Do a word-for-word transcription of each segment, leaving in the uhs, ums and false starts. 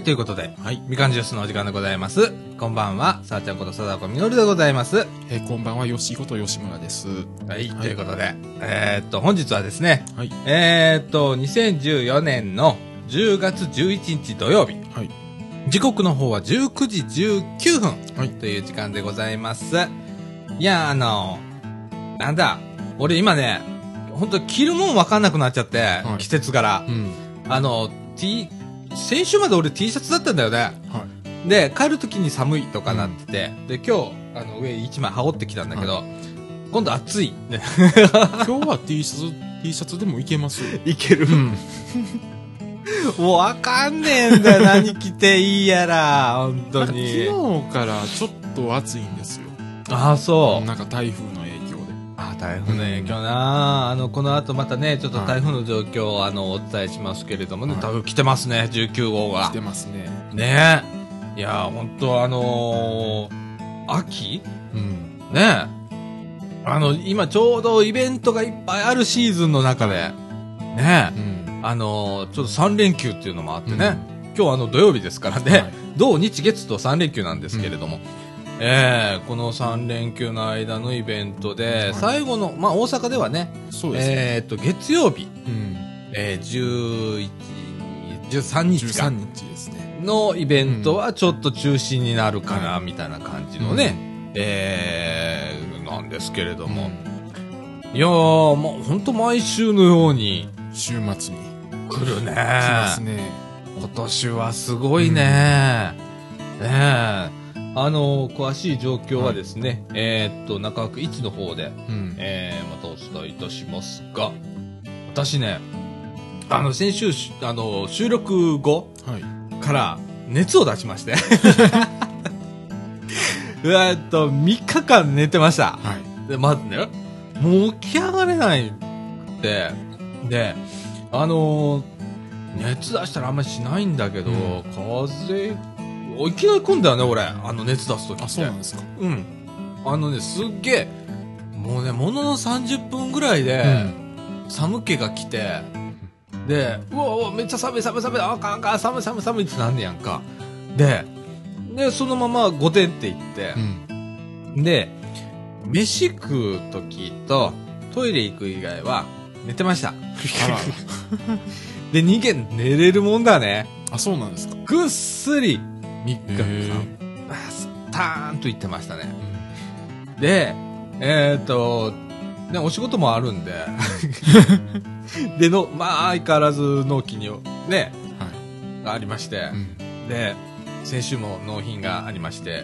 ということで、 はい。 みかんジュースのお時間でございます。こんばんは、さあちゃんこと貞子みのるでございます。 えー、こんばんは、よしこと吉村です。 はい、はい、ということで、えー、っと、本日はですね、 はい。 えー、っと、にせんじゅうよねんのじゅうがつじゅういちにち土曜日。 はい。 時刻の方はじゅうくじじゅうきゅうふん。 はい。 という時間でございます。いや、あの、なんだ、俺今ね、ほんと着るもんわかんなくなっちゃって、はい、季節柄。 うん。 あの、T、先週まで俺 T シャツだったんだよね。 はい。 で、帰るときに寒いとかなってて、うん、で、今日、あの、上一枚羽織ってきたんだけど、はい、今度暑い。 今日は T シャツ、T シャツでもいけますよ。 いける。うん、もうわかんねえんだよ、何着ていいやら、本当に。 昨日からちょっと暑いんですよ。 ああ、そう。 なんか台風の影響で。 ああ、台風の影響な、うん、あの、この後またね、ちょっと台風の状況を、はい、あの、お伝えしますけれどもね、はい、台風来てますね、じゅうきゅうごうが。 来てますね。 ねえ。いやー、ほんとあのー、秋うん。 ねえ。あの、今ちょうどイベントがいっぱいあるシーズンの中で、ねえ。うん、あのー、ちょっとさんれんきゅうっていうのもあってね、うん、今日あの土曜日ですからね、はい、土日月とさんれんきゅうなんですけれども、うん、えー、このさんれんきゅうの間のイベントで、はい、最後の、まあ大阪ではね、 そうですね、 えー、っと、月曜日、 うん、 えー、じゅういち、じゅうさんにちか。 じゅうさんにちですね。 のイベントはちょっと中止になるかな、みたいな感じのね、うん、えー、なんですけれども。うん、いやー、もうほんと毎週のように。 週末に。 来るね。来ますね。 今年はすごいね。うん、ねえ。あの、詳しい状況はですね、はい、えー、っと、中枠いちの方で、うん、えー、またお伝えいたしますが、私ね、あの、先週、あの、収録後、はい、から熱を出しましてえっとみっかかん寝てました、はい、でまずねもう起き上がれないってであのー、熱出したらあんまりしないんだけど、うん、風邪いきなり来んだよね俺あの熱出すときって。 あ、そうなんですか。 うんあのねすっげえもうねもののさんじゅっぷんぐらいで、うん、寒気が来てで、うわうわ、めっちゃ寒い寒い寒い、あかんあかん、寒い寒い寒いってなんねやんか。で、で、そのままごてんって言って、うん、で、飯食う時とトイレ行く以外は寝てました。あらで、人間寝れるもんだね。 あ、そうなんですか。 ぐっすりみっかかん、スターンと言ってましたね。うん、で、えーっと、ね、お仕事もあるんで、での、まあ、相変わらず納期に、ね、はい、がありまして、うん、で、先週も納品がありまして、はい、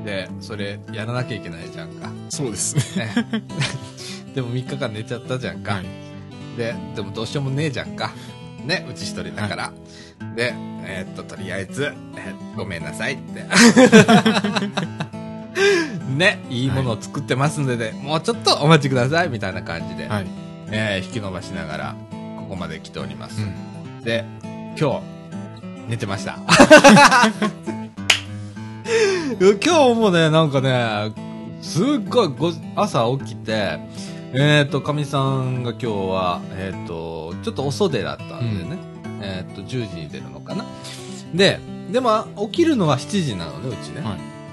で、それ、やらなきゃいけないじゃんか。 そうですね。 ねでもみっかかん寝ちゃったじゃんか。はい、で、でもどうしようもねえじゃんか。ね、うち一人だから。はい、で、えー、っと、とりあえず、えー、ごめんなさいって。ね、いいものを作ってますので、はい、もうちょっとお待ちくださいみたいな感じで、はい、えー、引き伸ばしながらここまで来ております、うん、で今日寝てました今日もねなんかねすっごいご朝起きてえっとかみさんが今日はえっとちょっとお袖だったんでね、うん、えっとじゅうじに出るのかなででも起きるのはしちじなのねうちね、はい、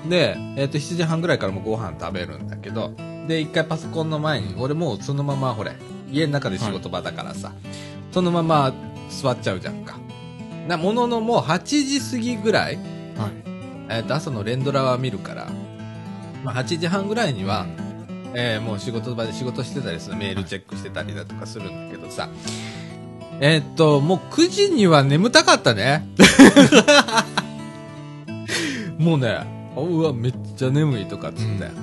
で、えっとしちじはんぐらいからもご飯食べるんだけどで一回パソコンの前に俺もうそのままほれ家の中で仕事場だからさ、はい、そのまま座っちゃうじゃんかなもののもうはちじ過ぎぐらい、はいえー、と朝の連ドラは見るから、まあ、はちじはんぐらいには、うんえー、もう仕事場で仕事してたりするメールチェックしてたりだとかするんだけどさえっ、ー、ともうくじには眠たかったねもうねうわめっちゃ眠いとかっつって、うん、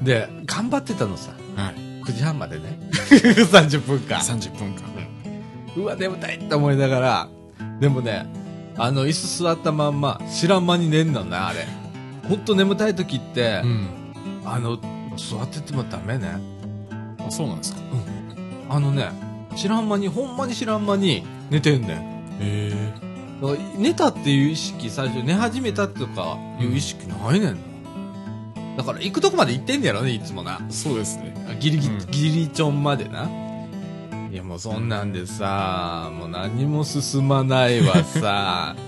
で頑張ってたのさ、はいくじはんまでねさんじゅっぷんかんさんじゅっぷんかんうわ眠たいって思いながらでもねあの椅子座ったまんま知らん間に寝んのねあれほんと眠たい時って、うん、あの座っててもダメねあそうなんですかうんあのね知らん間にほんまに知らん間に寝てんねんへえ寝たっていう意識最初寝始めたとかいう意識ないねんな、うんだから行くとこまで行ってんねやろねいつもなそうですねギリギリ、うん、ギリチョンまでないやもうそんなんでさもう何も進まないわさ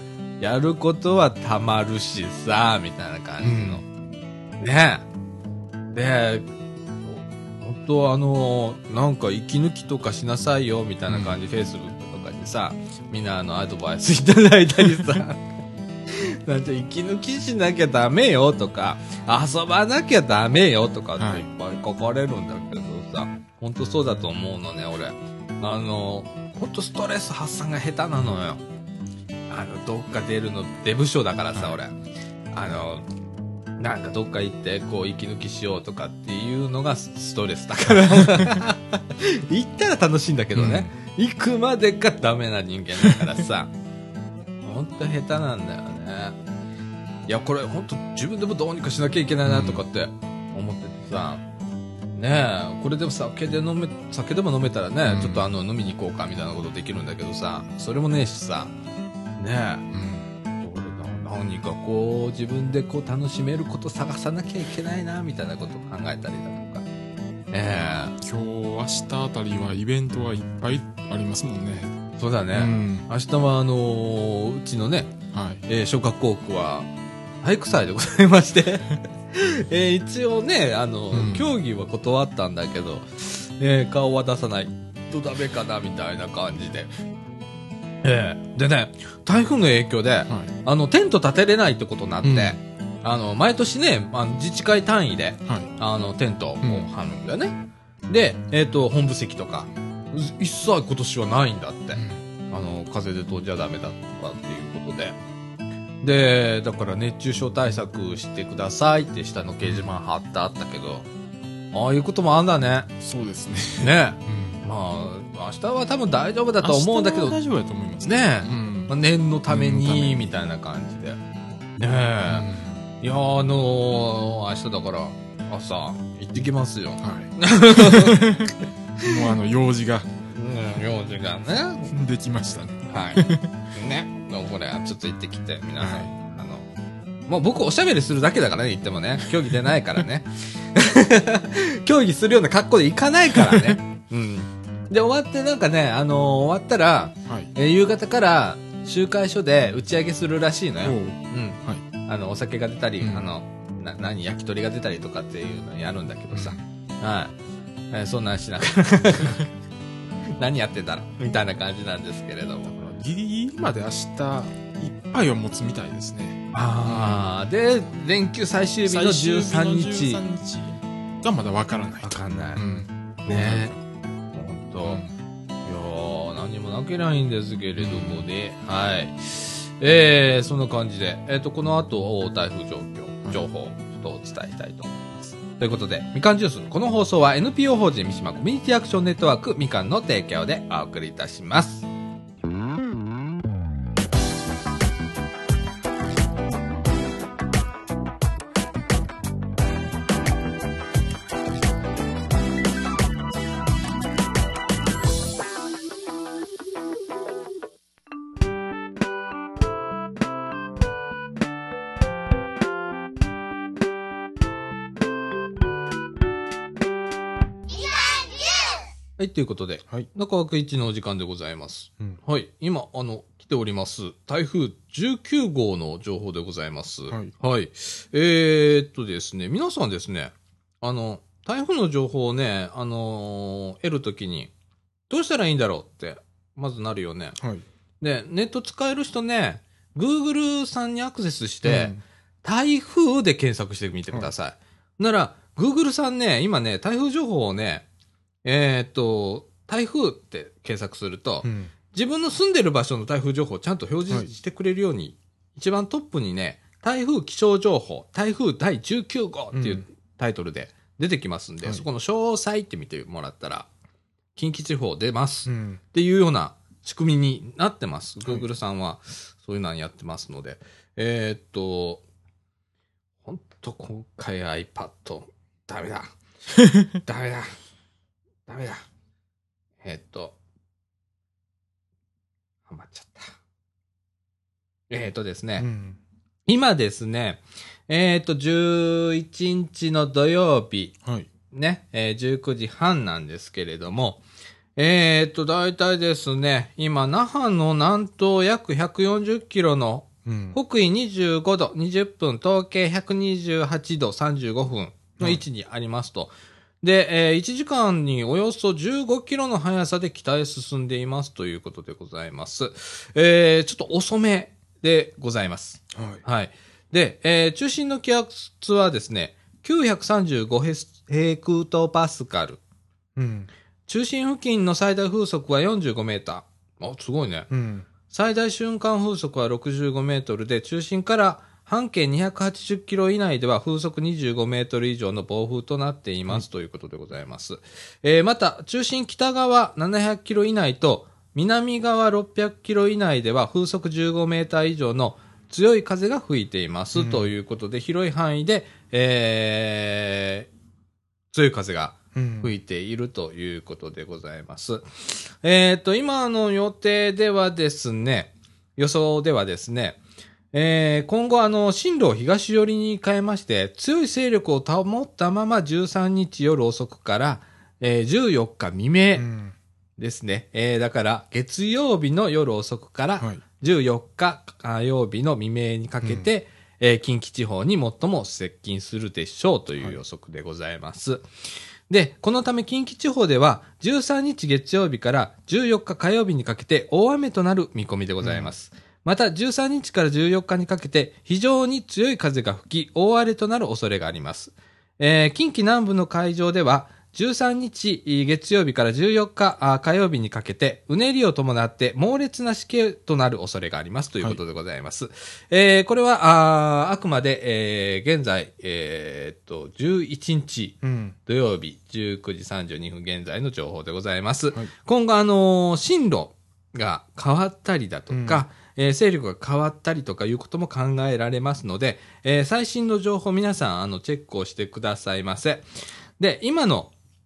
やることはたまるしさ、みたいな感じの。うん、ねえ。で、本当あの、なんか息抜きとかしなさいよ、みたいな感じ、うん、Facebook とかにさ、みんなあの、アドバイスいただいたりさ、なんて息抜きしなきゃダメよとか、遊ばなきゃダメよとかっていっぱい書かれるんだけどさ、はい、本当そうだと思うのね、俺。あの、本当ストレス発散が下手なのよ。あの、どっか出るの、出不精だからさ、はい、俺。あの、なんかどっか行って、こう、息抜きしようとかっていうのがストレスだから。行ったら楽しいんだけどね。うん、行くまでがダメな人間だからさ。ほんと下手なんだよね。いや、これほんと自分でもどうにかしなきゃいけないなとかって思っててさ。ねえ、これでも酒で飲め、酒でも飲めたらね、うん、ちょっとあの、飲みに行こうかみたいなことできるんだけどさ、それもねえしさ。ねえ。うん、何かこう自分でこう楽しめること探さなきゃいけないなみたいなことを考えたりだとか、えー、今日明日あたりはイベントがいっぱいありますもんね。 そうだね、うん、明日はあのー、うちのね、はいえー、小学校区は体育祭でございまして、えー、一応ねあの、うん、競技は断ったんだけど、えー、顔は出さないとダメかなみたいな感じで。ええ、でね、台風の影響で、はい、あの、テント建てれないってことになって、うん、あの、毎年ね、あの自治会単位で、はい、あの、テントを張るんだよね。うん、で、えっと、本部席とか、一切今年はないんだって。うん、あの、風で飛んじゃダメだとかっていうことで。で、だから熱中症対策してくださいって下の掲示板貼ってあったけど、ああいうこともあんだね。 そうですね。 ね。うん、まあ、明日は多分大丈夫だと思うんだけど。 大丈夫だと思いますね。ねえ。うん、まあ、念のために、みたいな感じで。ねえ。うん、いやー、あのー、明日だから、朝、行ってきますよ。はい。 もうあの、用事が。 うん、用事がね。 できましたね。 はい。ね。これ、ちょっと行ってきて、皆さん。はい、あの、もう僕おしゃべりするだけだからね、言ってもね。競技出ないからね。競技するような格好で行かないからね。うん。で、終わってなんかね、あのー、終わったら、はい、えー、夕方から集会所で打ち上げするらしいのよ。うん。はい。あの、お酒が出たり、うん、あの、な、何、焼き鳥が出たりとかっていうのやるんだけどさ。うん、はい。えー、そんなんしながら。何やってたのみたいな感じなんですけれども。 ギリギリまで明日、いっぱいを持つみたいですね。 ああ、うん、で、連休最終日のじゅうさんにち。 じゅうさんにちがまだわからない。 わかんない。うん。 ねえ。と、うん、いやー、何もなけりゃいいんですけれどもね、うん、はい。えー、そんな感じで、えっ、ー、と、この後、台風状況、情報、ちょっとお伝えしたいと思います。ということで、みかんジュース、この放送は エヌピーオー 法人三島コミュニティアクションネットワークみかんの提供でお送りいたします。はい、ということで、はい、中枠いちのお時間でございます。うん、はい、今、あの、来ております、台風じゅうきゅうごうの情報でございます。はい。はい。えー、っとですね、皆さんですね、あの、台風の情報をね、あのー、得るときに、どうしたらいいんだろうって、まずなるよね。はい。で、ネット使える人ね、Google さんにアクセスして、うん、台風で検索してみてください。はい、なら、Google さんね、今ね、台風情報をね、えー、っと、台風って検索すると、うん、自分の住んでる場所の台風情報をちゃんと表示してくれるように、はい、一番トップにね、台風気象情報、台風だいじゅうきゅうごうっていうタイトルで出てきますんで、うん、そこの詳細って見てもらったら、近畿地方出ます、うん、っていうような仕組みになってます。はい、Google さんはそういうのやってますので。えー、っと、ほんと今回 iPad、ダメだ。ダメだ。ダメだ。えー、っと、はまっちゃった。えー、っとですね、うん、今ですね、えー、っと、じゅういちにちの土曜日、はい、ね、えー、じゅうくじはんなんですけれども、えー、っと、だいたいですね、今、那覇の南東約ひゃくよんじゅっキロのうん。 北緯にじゅうごど、にじゅっぷん、東経ひゃくにじゅうはちど、さんじゅうごふんの位置にありますと。で、えー、いちじかんにおよそじゅうごキロの速さで北へ進んでいますということでございます。えー、ちょっと遅めでございます。 はい。 はい。で、えー、中心の気圧はですね、きゅうひゃくさんじゅうごヘクトパスカル。 うん。 中心付近の最大風速はよんじゅうごメーター。あ、すごいね。 うん。 最大瞬間風速はろくじゅうごメートルで、中心から半径にひゃくはちじゅっキロ以内では風速にじゅうごメートル以上の暴風となっています、うん、ということでございます。えー、また、中心北側ななひゃくキロ以内と、南側ろっぴゃくキロ以内では風速じゅうごメーター以上の強い風が吹いています、うん、ということで、広い範囲で、えー、強い風が吹いているということでございます。うん、えっと、今の予定ではですね、予想ではですね、えー、今後あの、進路を東寄りに変えまして、強い勢力を保ったままじゅうさんにち夜遅くから、えー、じゅうよっか未明ですね。うん、えー、だから月曜日の夜遅くからじゅうよっか火曜日の未明にかけて、うん、えー、近畿地方に最も接近するでしょうという予測でございます。はい、で、このため近畿地方ではじゅうさんにち月曜日からじゅうよっか火曜日にかけて大雨となる見込みでございます。うん、またじゅうさんにちからじゅうよっかにかけて非常に強い風が吹き大荒れとなる恐れがあります。えー、近畿南部の海上ではじゅうさんにち月曜日からじゅうよっか火曜日にかけてうねりを伴って猛烈なしけとなる恐れがありますということでございます。はい、えー、これは あ, あくまで、えー、現在、えー、っとじゅういちにち土曜日、うん、じゅうくじさんじゅうにふん現在の情報でございます。はい、今後あのー、進路が変わったりだとか、うん、えー、勢力が変わったりとかいうことも考えられますので、えー、最新の情報皆さんあのチェックをしてくださいませ。で、今の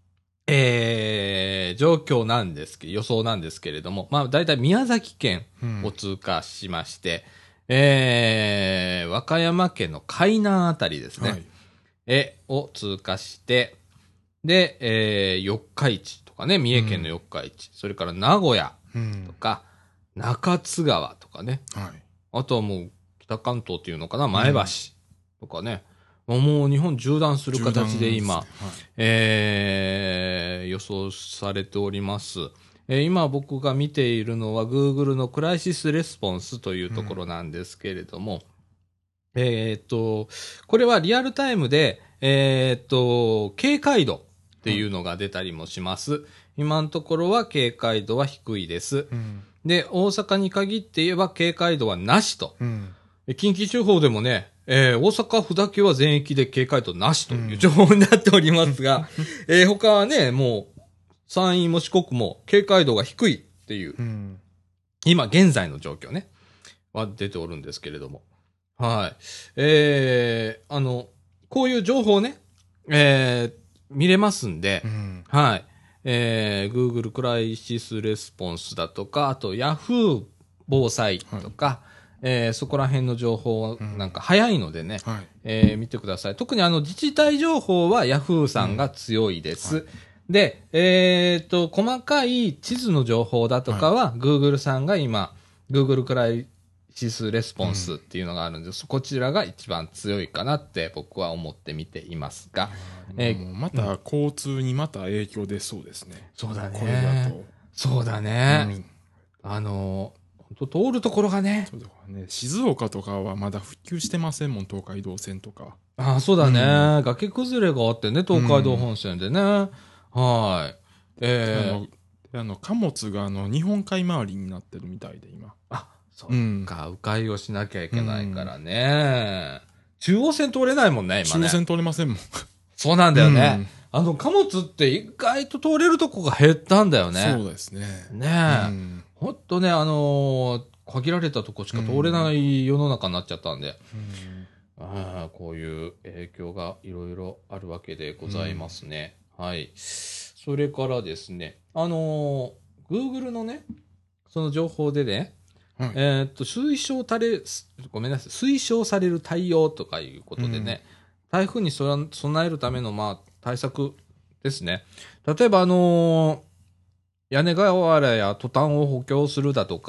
えー、状況なんですけど、予想なんですけれども、まあ、だいたい宮崎県を通過しまして、うん、えー、和歌山県の海南あたりですね。はい、え、を通過して、で、えー、四日市とかね、三重県の四日市、うん、それから名古屋とか、うん、中津川とかね。はい、あとはもう、北関東っていうのかな、前橋とかね。うん、もう日本縦断する形で今、で、ね、はい、えー、予想されております。えー、今僕が見ているのは Google のクライシスレスポンスというところなんですけれども、うん、えー、っと、これはリアルタイムで、えー、っと、警戒度っていうのが出たりもします。うん、今のところは警戒度は低いです。うん、で、大阪に限って言えば警戒度はなしと。うん、近畿地方でもね、えー、大阪府だけは全域で警戒度なしという情報になっておりますが、うん、えー、他はね、もう、山陰も四国も警戒度が低いっていう、うん、今現在の状況ね、は出ておるんですけれども。はい。えー、あの、こういう情報ね、えー、見れますんで、うん、はい。えー、Google クライシスレスポンスだとか、あと Yahoo 防災とか、はい、えー、そこら辺の情報なんか早いのでね、うん、はい、えー、見てください。特にあの自治体情報は Yahoo さんが強いです。うん、はい、で、えっと、細かい地図の情報だとかは Google さんが今、Google クライシスレスポンスっていうのがあるんです。うん、こちらが一番強いかなって僕は思って見ていますが、 えー、また交通にまた影響出そうですね。 そうだね。 これだと。 そうだね。うん、あの、通るところがね。 そうだね。静岡とかはまだ復旧してませんもん、東海道線とか。 ああ、そうだね、うん。崖崩れがあってね、東海道本線でね。うん、はい。えー、あの、あの貨物があの日本海回りになってるみたいで、今。 あ、そっか、うん、迂回をしなきゃいけないからね。うん、中央線通れないもんね、今ね。 中央線通れませんもん。 そうなんだよね。うん、あの、貨物って意外と通れるとこが減ったんだよね。 そうですね。 ねえ。うんほんとね、あのー、限られたとこしか通れない世の中になっちゃったんで、うん、あこういう影響がいろいろあるわけでございますね。うん、はい。それからですね、あのー、Google のね、その情報でね、はい、えー、っと、推奨される、ごめんなさい、推奨される対応とかいうことでね、うん、台風に備えるための、まあ、対策ですね。例えば、あのー、屋根瓦やトタンを補強するだとか、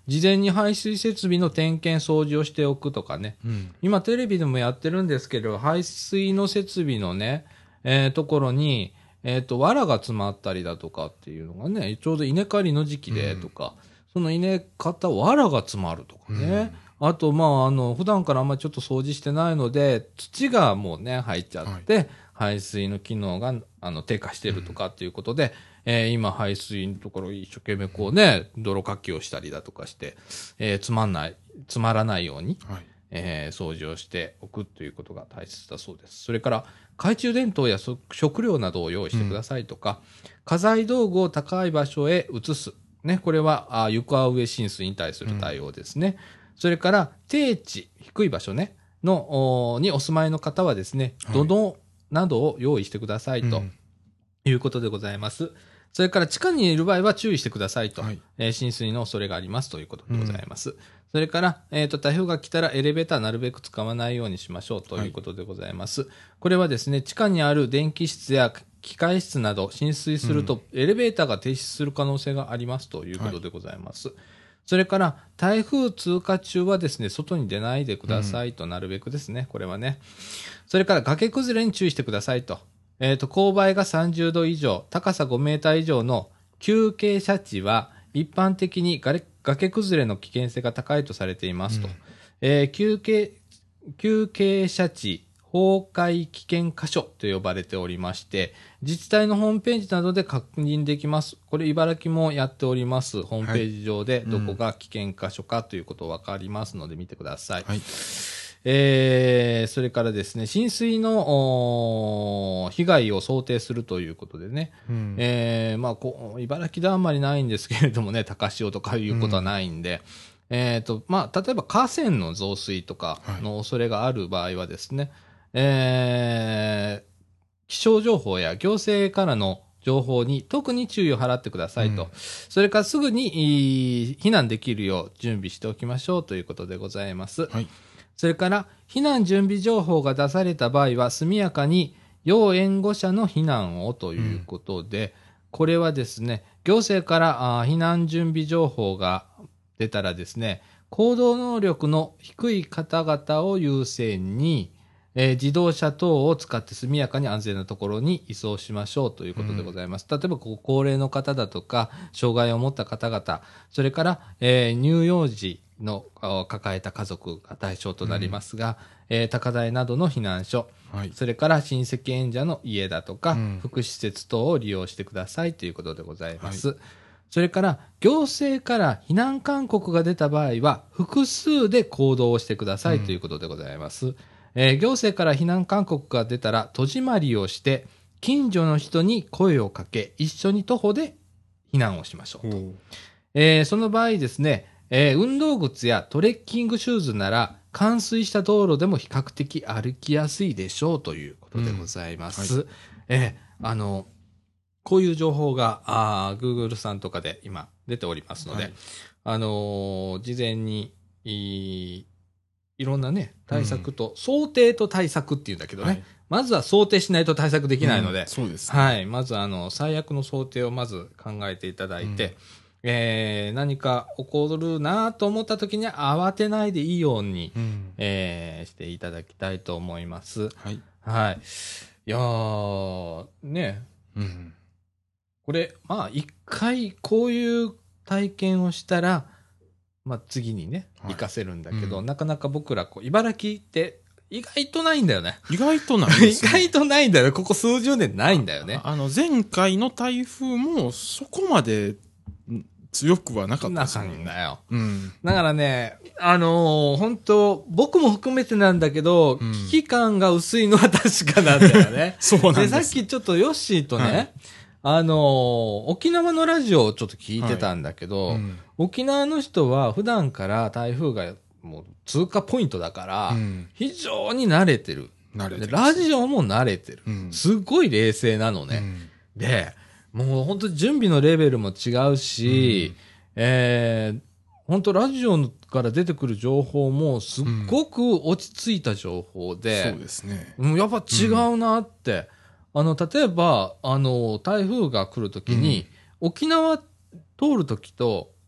事前に排水設備の点検掃除をしておくとかね。 うん。 今テレビでもやってるんですけど、排水の設備のね、えー、ところに、えっと、藁が詰まったりだとかっていうのがね、ちょうど稲刈りの時期でとか、うん、その稲刈った藁が詰まるとかね。うん、あと、まあ、あの、普段からあんまりちょっと掃除してないので、土がもうね、入っちゃって、はい、排水の機能が、あの、低下してるとかっていうことで、うん、えー、今、排水のところ一生懸命こうね、泥かきをしたりだとかして、えー、つまんない、つまらないように、はい、えー、掃除をしておくということが大切だそうです。それから、懐中電灯や食料などを用意してくださいとか、うん、家財道具を高い場所へ移す。ね、これは、あ床上浸水に対する対応ですね。うん、それから、低地、低い場所ね、の、にお住まいの方はですね、土のなどを用意してくださいということでございます。うん、それから、地下にいる場合は注意してくださいと、はい、えー、浸水の恐れがありますということでございます。うん、それから、えっと、台風が来たらエレベーターなるべく使わないようにしましょうということでございます。はい、これはですね、地下にある電気室や機械室など浸水すると、エレベーターが停止する可能性がありますということでございます。はい、それから、台風通過中はですね、外に出ないでくださいと、なるべくですね、これはね。それから、崖崩れに注意してくださいと。えっと、勾配がさんじゅうど以上、高さごメーター以上の急傾斜地は、一般的に崖崩れの危険性が高いとされていますと。うん、えー、急傾、急傾斜地、崩壊危険箇所と呼ばれておりまして、自治体のホームページなどで確認できます。これ茨城もやっております。ホームページ上でどこが危険箇所かということわかりますので見てください。はい、えー、それからですね、浸水の被害を想定するということでね、うん、えー、まあこう、茨城ではあんまりないんですけれどもね、高潮とかいうことはないんで、うん、えっと、まあ、例えば河川の増水とかの恐れがある場合はですね、はい、えー、気象情報や行政からの情報に特に注意を払ってくださいと。うん、それからすぐに避難できるよう準備しておきましょうということでございます。はい、それから、避難準備情報が出された場合は、速やかに要援護者の避難をということで、うん、これはですね、行政からあ避難準備情報が出たらですね、行動能力の低い方々を優先に、えー、自動車等を使って速やかに安全なところに移送しましょうということでございます。うん、例えば、高齢の方だとか、障害を持った方々、それから、えー、乳幼児の抱えた家族が対象となりますが、うん、えー、高台などの避難所、はい、それから親戚縁者の家だとか、うん、福祉施設等を利用してくださいということでございます。はい、それから、行政から避難勧告が出た場合は、複数で行動をしてくださいということでございます。うん、えー、行政から避難勧告が出たら、戸締まりをして、近所の人に声をかけ、一緒に徒歩で避難をしましょうと。えー、その場合ですね、えー、運動靴やトレッキングシューズなら、冠水した道路でも比較的歩きやすいでしょうということでございます。うん、はい、えー、あの、こういう情報が、あ Google さんとかで今出ておりますので、はい、あのー、事前にい、いろんなね、対策と、うん、想定と対策っていうんだけどね、はい、まずは想定しないと対策できないので、うん、 そうですね。 はい、まずあの、最悪の想定をまず考えていただいて、うん、えー、何か起こるなと思った時には慌てないでいいように、うん、えー、していただきたいと思います。はい。はい。いやー、ね、うん、これ、まあ、一回こういう体験をしたら、まあ、次にね、活かせるんだけど、はい、うん、なかなか僕ら、こう、茨城って意外とないんだよね。 意外とないですね。 意外とないんだよね。ここ数十年ないんだよね。 あ、あの、前回の台風もそこまで強くはなかったですね。 なかんだよ。うん。だからね、あのー、本当僕も含めてなんだけど、うん、危機感が薄いのは確かなんだよね。 そうなんです。 で、さっきちょっとヨッシーとね、はい、あのー、沖縄のラジオをちょっと聞いてたんだけど、はい、うん、沖縄の人は普段から台風がもう通過ポイントだから、うん、非常に慣れてる。慣れてる。で、ラジオも慣れてる。うん、すっごい冷静なのね。うん、で、もう本当に準備のレベルも違うし、うん、えー、本当ラジオから出てくる情報もすっごく落ち着いた情報で、 うん、そうですね。 うん、やっぱ違うなって。うん、あの、例えば、あの、台風が来るときに、うん、沖縄通るときと、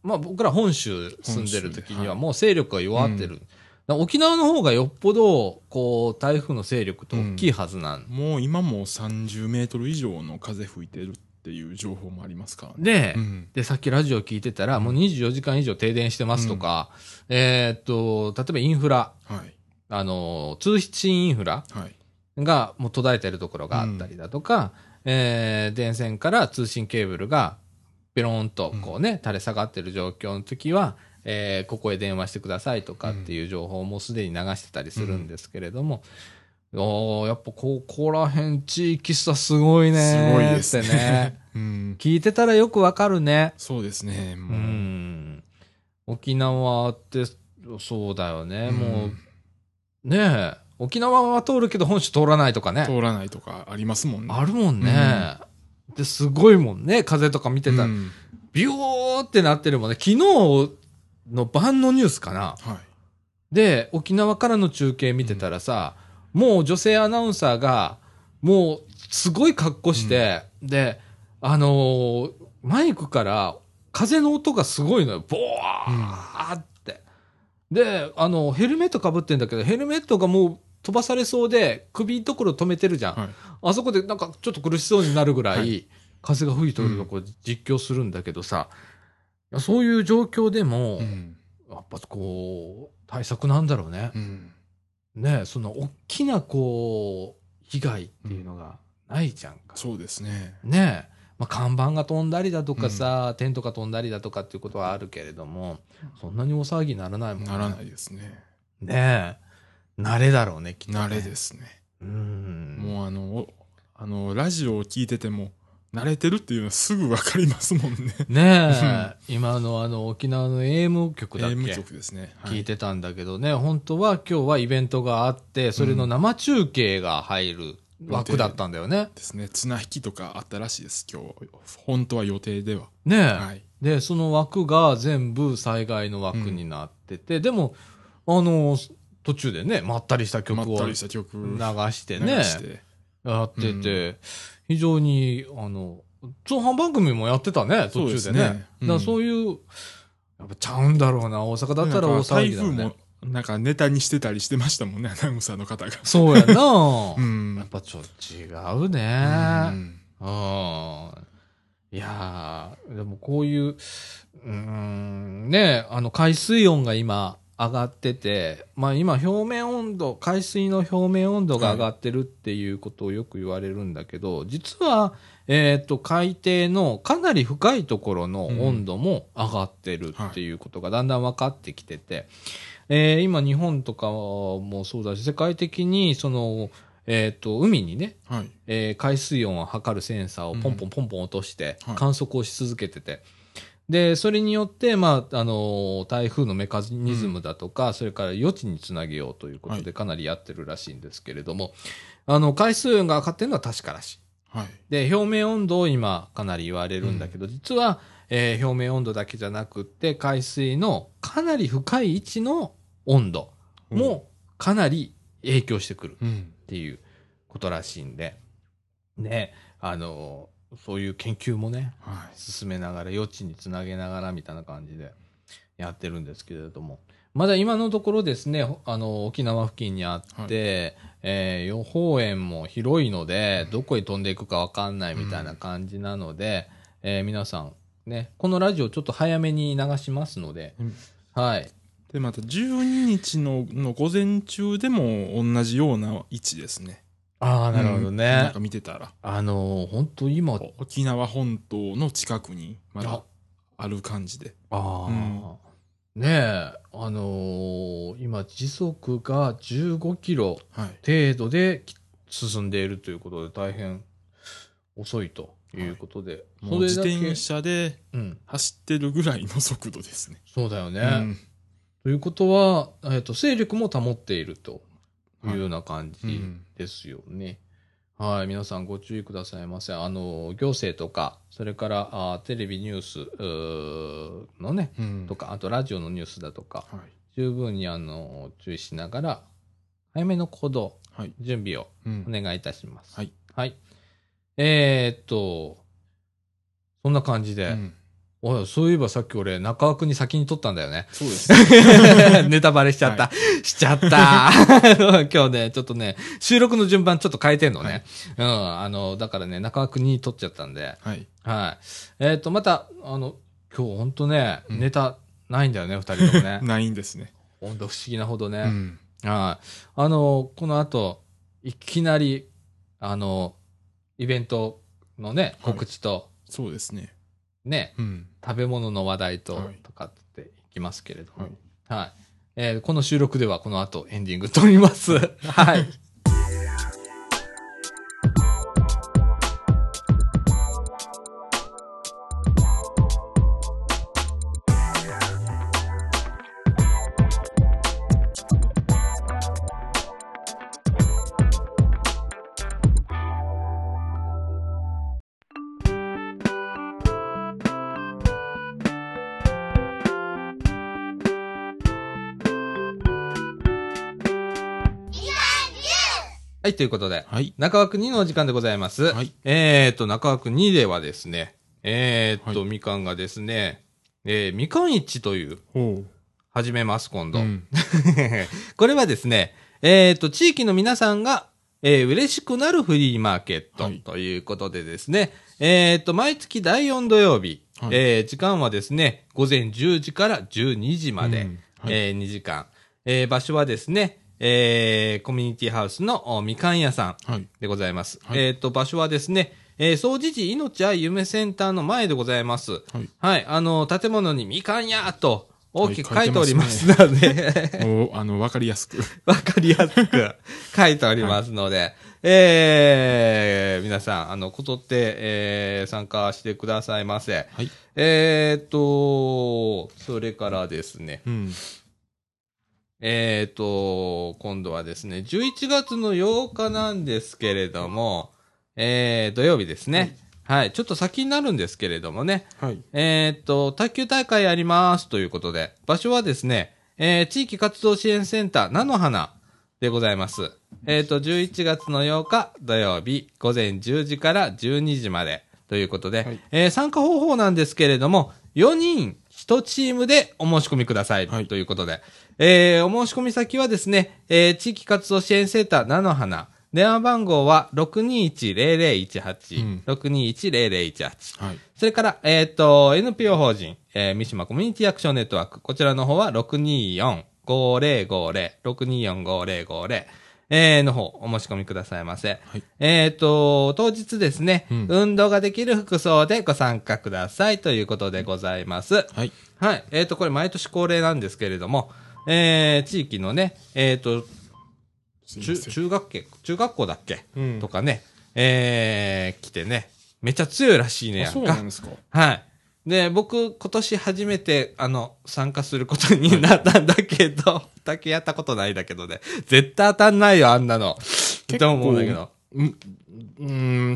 まあ僕ら本州住んでる時には本州ねはいもう勢力が弱ってる。だから沖縄の方がよっぽど、こう、台風の勢力って大きいはずなん。 もう今もさんじゅうメートル以上の風吹いてるっていう情報もありますからね。 で、 うんで、さっきラジオ聞いてたら、もうにじゅうよじかん以上停電してますとか、えーっと、例えばインフラ、 はい。 あの、通信インフラはい。 がもう途絶えてるところがあったりだとか、えー電線から通信ケーブルがペロンとこうね、垂れ下がってる状況の時は、えーここへ電話してくださいとかっていう情報もすでに流してたりするんですけれども、おーやっぱここら辺地域差すごいねすごいーですってねね。うん。 聞いてたらよくわかるね。 そうですね。 うもう。 ん。沖縄ってそうだよね。 うんもう、ねえ、沖縄は通るけど本州通らないとかね。 通らないとかありますもんね。 あるもんね。で、すごいもんね。風とか見てたら。 うんビューってなってるもんね。昨日の晩のニュースかな。 はい。 で、沖縄からの中継見てたらさ、もう女性アナウンサーが、もうすごい格好して、で、あのーマイクから風の音がすごいのよ。ボワーって。で、あの、ヘルメット被ってんだけど、ヘルメットがもう飛ばされそうで、首のところ止めてるじゃん。 はい。 あそこでなんかちょっと苦しそうになるぐらい、 はい風が吹いてるとこ実況するんだけどさ、いやそういう状況でも、 うん。 やっぱこう、対策なんだろうね。 うん。 ねえその大きなこう、被害っていうのがないじゃんか。 そうですね。 ねえ。まあ、看板が飛んだりだとかさ、テントが飛んだりだとかっていうことはあるけれども、そんなに大騒ぎにならないもんね。 ならないですね。 ねえ。慣れだろうね、きっと、ね。 慣れですね。 うん。 もうあの、おあの、ラジオを聞いてても、慣れてるっていうのはすぐわかりますもんね。 ねえ、今のあの沖縄の エーエム 局だっエーエムけ局ですね。は聞いてたんだけどね、本当は今日はイベントがあって、それの生中継が入る枠だったんだよね。 ですね。綱引きとかあったらしいです、今日。本当は予定では。 ねえ、 はい。 で、その枠が全部災害の枠になってて、でも、あの、途中でね、まったりした曲を流まったりした曲流してね、 して。 やってて、非常に、あの、通販番組もやってたね、途中でね。 そうですねうんだからそういう、やっぱちゃうんだろうな、大阪だったら大騒ぎだよね。 台風も、なんかネタにしてたりしてましたもんね、アナウンサーの方が。 そうやな、 うん。 やっぱちょっと違うね。 うんうん。いやー、でもこういう、うーん、ね、あの、海水温が今上がってて、まあ今表面温度、海水の表面温度が上がってるっていうことをよく言われるんだけど、実は、えっと、海底のかなり深いところの温度も上がってるっていうことがだんだん分かってきてて、えー今日本とかもそうだし、世界的にその、えっと、海にね、 はい。 えー海水温を測るセンサーをポンポンポンポン落としてはい観測をし続けてて、で、それによって、まあ、あの、台風のメカニズムだとか、それから予知につなげようということではいかなりやってるらしいんですけれども、あの、海水温が上がってるのは確からしい。 はい。 で、表面温度を今かなり言われるんだけど、実は、えー表面温度だけじゃなくって、海水のかなり深い位置の温度もかなり影響してくるうん。 っていうことらしいんで、ね、あの、そういう研究もね、 はい。 進めながら、予知につなげながらみたいな感じでやってるんですけれども、まだ今のところですね、ほあの、沖縄付近にあって、えー予報円も広いので、どこへ飛んでいくかわかんないみたいな感じなので、えー皆さん、ね、このラジオちょっと早めに流しますので、 うんはい。 で、またじゅうににちのの午前中でも同じような位置ですね。 ああ、なるほどうんなんねか。見てたら。 あのー、本当今、 沖縄本島の近くにまだあある感じで。 ああ、ねえ、あのー今時速がじゅうごキロはい。 程度でき進んでいるということで大変遅いということで、 もう自それだけ転車でうん、 走ってるぐらいの速度ですね。 そうだよね。 うんということは、えっと、勢力も保っているというような感じうんですよね。はい、皆さんご注意くださいませ。あの、行政とか、それからあテレビニュースうーのね、 うんとか、あとラジオのニュースだとか、 はい。 十分にあの注意しながら、早めの行動、 はい。 準備をうんお願いいたします。 はい。 はい。えーっと、そんな感じで、 うんおい、そういえばさっき俺、中枠に先に撮ったんだよね。 そうです。 ネタバレしちゃった。 はしちゃった。今日ね、ちょっとね、収録の順番ちょっと変えてんのね。はい、うん。あの、だからね、中枠に撮っちゃったんで。 はい。 はい。えっ、ー、と、また、あの、今日ほんとね、うん、ネタないんだよね、二人ともね。 ないんですね。 ほんと不思議なほどね。 うん。 はい。あの、この後、いきなり、あの、イベントのね、告知と、はい、 そうですね。 ね、 うん、 食べ物の話題と、 はい、 とかっていきますけれども。 はい。 はい。えー、この収録ではこの後エンディング撮ります。はい。はい、ということで、 はい、 中枠にのお時間でございます。 はい、 えっと、中枠にではですね、えっと、はい、みかんがですね、えー、みかん市という、始めます、今度。うん、これはですね、えっと、地域の皆さんが、えー、嬉しくなるフリーマーケットということでですね、はい、えっと、毎月だいよん土曜日、はい、えー、時間はですね、ごぜんじゅうじからじゅうにじまで、うんはい、えー、にじかん、えー、場所はですね、えー、コミュニティハウスのみかん屋さんでございます。はい、えっ、ー、と、場所はですね、えー、総持寺命愛夢センターの前でございます。はい。はい、あの、建物にみかん屋と大きく書いておりますので、はいね、おあの、わかりやすく。 わかりやすく書いておりますので、はい、えー、皆さん、あの、ことって、えー、参加してくださいませ。はい。えっ、ー、と、それからですね、うん。えっと、今度はですね、じゅういちがつのようかなんですけれども、えー、土曜日ですね。はい、はい。ちょっと先になるんですけれどもね。はい。えっと、卓球大会やりますということで、場所はですね、えー、地域活動支援センター、菜の花でございます。えっと、じゅういちがつのようか土曜日、ごぜんじゅうじからじゅうにじまでということで、はい、えー、参加方法なんですけれども、よにんいちチームでお申し込みください、はい、ということで、えー、お申し込み先はですね、えー、地域活動支援センター菜の花。電話番号は ろくにいちゼロゼロいちはち、うん、ろくにいちゼロゼロいちはち。はい、それから、えっ、ー、と、エヌピーオー 法人、えー、三島コミュニティアクションネットワーク。こちらの方はろくによんごゼロごゼロ、ろくによんごゼロごゼロ、えー、の方、お申し込みくださいませ。はい、えっ、ー、と、当日ですね、うん、運動ができる服装でご参加くださいということでございます。はい。はい。えっ、ー、と、これ毎年恒例なんですけれども、えー、地域のね、えっ、ー、と、中、中学校、中学校だっけ、うん、とかね、えー、来てね、めっちゃ強いらしいねやんか。 そうなんですか。 はい。で、僕、今年初めて、あの、参加することになったんだけど、だけやったことないんだけどね、絶対当たんないよ、あんなの。と思うんだけど。 うん、うん、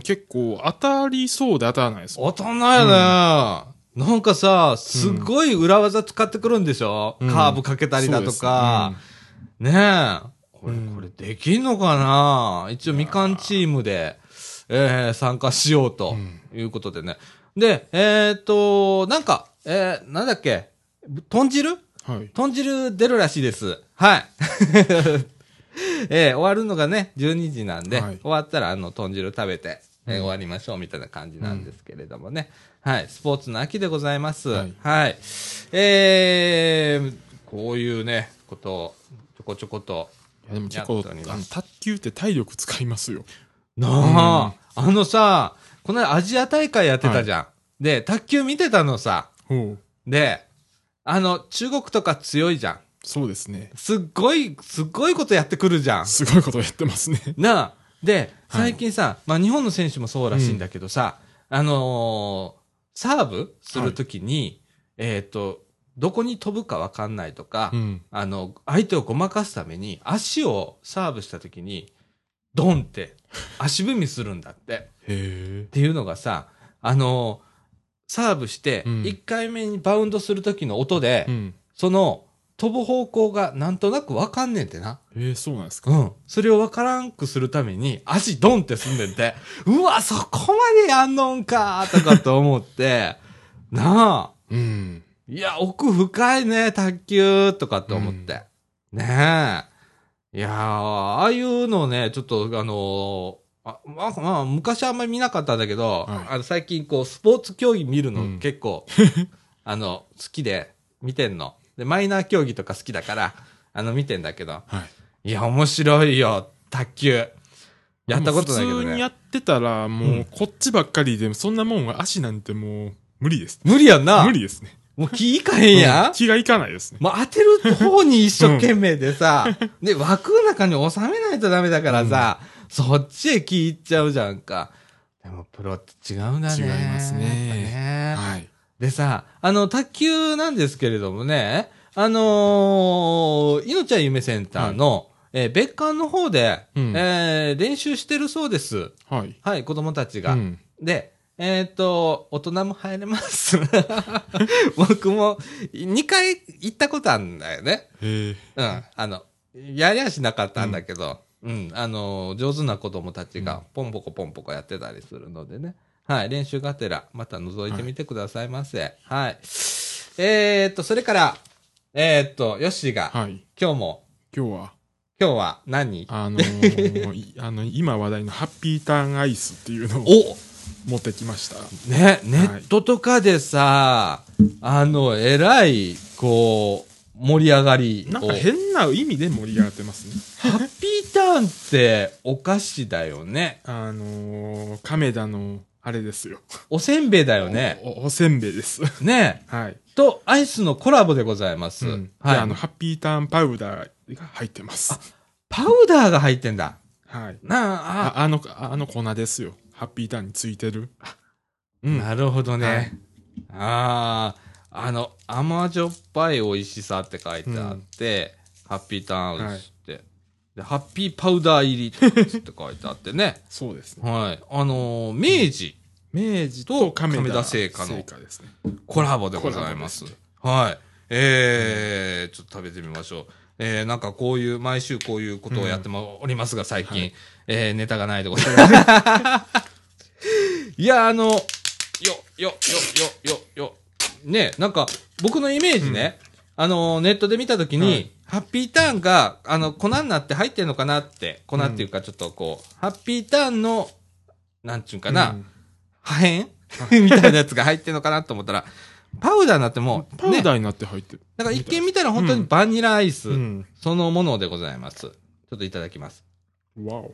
結構当たりそうで当たらないですか。 当たんないよね、うん。なんかさ、すごい裏技使ってくるんでしょ、うん、カーブかけたりだとか。うん、ねえ。これ、これできんのかな、一応みかんチームで、えー、参加しようということでね。うん、で、えっ、ー、と、なんか、えー、なんだっけ、豚汁、はい、豚汁出るらしいです。はい。えー、終わるのがね、じゅうにじなんで、はい、終わったらあの、豚汁食べて、えー、終わりましょうみたいな感じなんですけれどもね。うん、はい。スポーツの秋でございます。はい。はい、えー、こういうね、ことを、ちょこちょこと、 いやでも結構、あの、卓球って体力使いますよ。 なあ、うん、あのさ、このアジア大会やってたじゃん。はい、で、卓球見てたのさ。で、あの、中国とか強いじゃん。 そうですね。 すっごい、すっごいことやってくるじゃん。 すごいことやってますね。 なあ。で、最近さ、はい、まあ日本の選手もそうらしいんだけどさ、うん、あのー、サーブするときに、はい、えっと、どこに飛ぶかわかんないとか、うん、あの、相手をごまかすために、足をサーブしたときに、ドンって、足踏みするんだって。へー。っていうのがさ、あの、サーブして、いっかいめにバウンドするときの音で、うん、その、飛ぶ方向がなんとなくわかんねんってな。 えー、そうなんですか。 うん。それをわからんくするために、足ドンってすんでんて、うわ、そこまでやんのんかーとかと思って、なあ。 うん。 いや、奥深いね、卓球とかって思って。うん、ねえ。いやー、ああいうのね、ちょっと、あのー、あまあ、まあ、昔あんまり見なかったんだけど、はい、あの最近こう、スポーツ競技見るの結構、うん、あの、好きで見てんの。で、マイナー競技とか好きだから、あの、見てんだけど、はい、いや、面白いよ、卓球。やったことないけどね。 普通にやってたら、もう、こっちばっかりで、そんなもんは足なんてもう、無理です。 無理やんな。 無理ですね。 もう気いかへんやん、うん、 気がいかないですね。 もう当てる方に一生懸命でさ、うん、で、枠の中に収めないとダメだからさ、うん、そっちへ気いっちゃうじゃんか。でもプロって違うんだね。 違いますね。 ね、 はい。 でさ、あの、卓球なんですけれどもね、あのー、いのちゃん夢センターの、はい、えー、別館の方で、うん、えー、練習してるそうです。 はい。 はい、子供たちが。うん、で、えっ、ー、と、大人も入れます。僕もにかい行ったことあるんだよね。 へうん。あの、やりゃしなかったんだけど、うん、うん、あの、上手な子供たちがポンポコポンポコやってたりするのでね。はい、練習がてら、また覗いてみてくださいませ。はい。はい、えっ、ー、と、それから、えっ、ー、と、ヨッシーが、はい、今日も、 今日は、 今日は何あのー、あの、今話題のハッピーターンアイスっていうのを、 お持ってきました。 ね、ネットとかでさ、はい、あの、えらい、こう、盛り上がり。 なんか変な意味で盛り上がってますね。ハッピーターンってお菓子だよね。 あのー、亀田の、あれですよ。 おせんべいだよね。 お、お、おせんべいです。 ね。 はい。 と、アイスのコラボでございます。うん、 はい。あの、ハッピーターンパウダーが入ってます。 あ、パウダーが入ってんだ。 はい。 なあ、あ、あの、あの粉ですよ。ハッピーターンについてる。 うん、なるほどね。はい、ああ、あの、甘じょっぱい美味しさって書いてあって、うん、ハッピーターンアイスって、はい、で、ハッピーパウダー入りって書いてあってね。 そうですね。 はい。あのー、明治。 明治と亀田製菓のコラボでございます。すね、はい。えー、うん、ちょっと食べてみましょう。えー、なんかこういう、毎週こういうことをやっておりますが、最近、はい、えー、ネタがないでございます。いや、あの、よ、よ、よ、よ、よ、よ。ね、なんか、僕のイメージね、うん、あの、ネットで見たときに、はい、ハッピーターンが、あの、粉になって入ってんのかなって、粉っていうかちょっとこう、うん、ハッピーターンの、なんちゅうかな、うん、破片みたいなやつが入ってんのかなと思ったら、パウダーになっても、 ね、パウダーになって入ってる。 だから一見見たら本当にバニラアイス、そのものでございます。ちょっといただきます。 わお。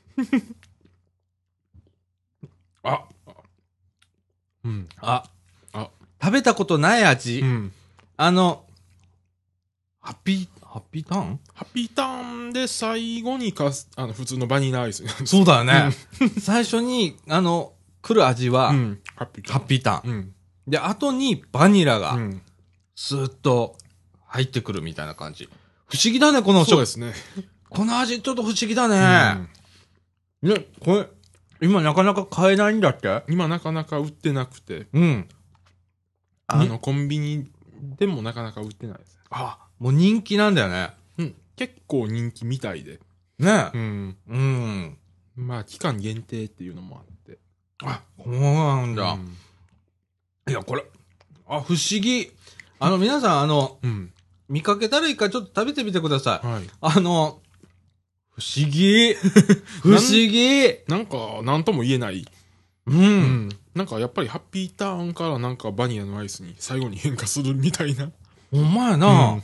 あ、 うん。 あ、あ、食べたことない味。うん、あの、ハッピー、ハッピーターンハッピーターンで最後にかす、あの、普通のバニラアイス。 そうだよね。最初に、あの、来る味は、 うん、ハッピーターン。 ハッピーターン。うん、で、後にバニラが、 うん、 スーッと入ってくるみたいな感じ。不思議だね、このそうですね。 この味ちょっと不思議だね。うん、ね、これ、今なかなか買えないんだって？ 今なかなか売ってなくて。 うん。 あの、コンビニでもなかなか売ってないです。 あ、もう人気なんだよね。 うん。結構人気みたいで。 ねえ。うん。 うん。 まあ、期間限定っていうのもあって。 あ、そうなんだ。うん、いや、これ、あ、不思議。あの、皆さん、あの、 うん、 見かけたらいいからちょっと食べてみてください。 はい、 あの、不思議。不思議な。なんか、なんとも言えない。 うん、うん。 なんか、やっぱりハッピーターンからなんかバニラのアイスに最後に変化するみたいな。 ほんまやな。うん、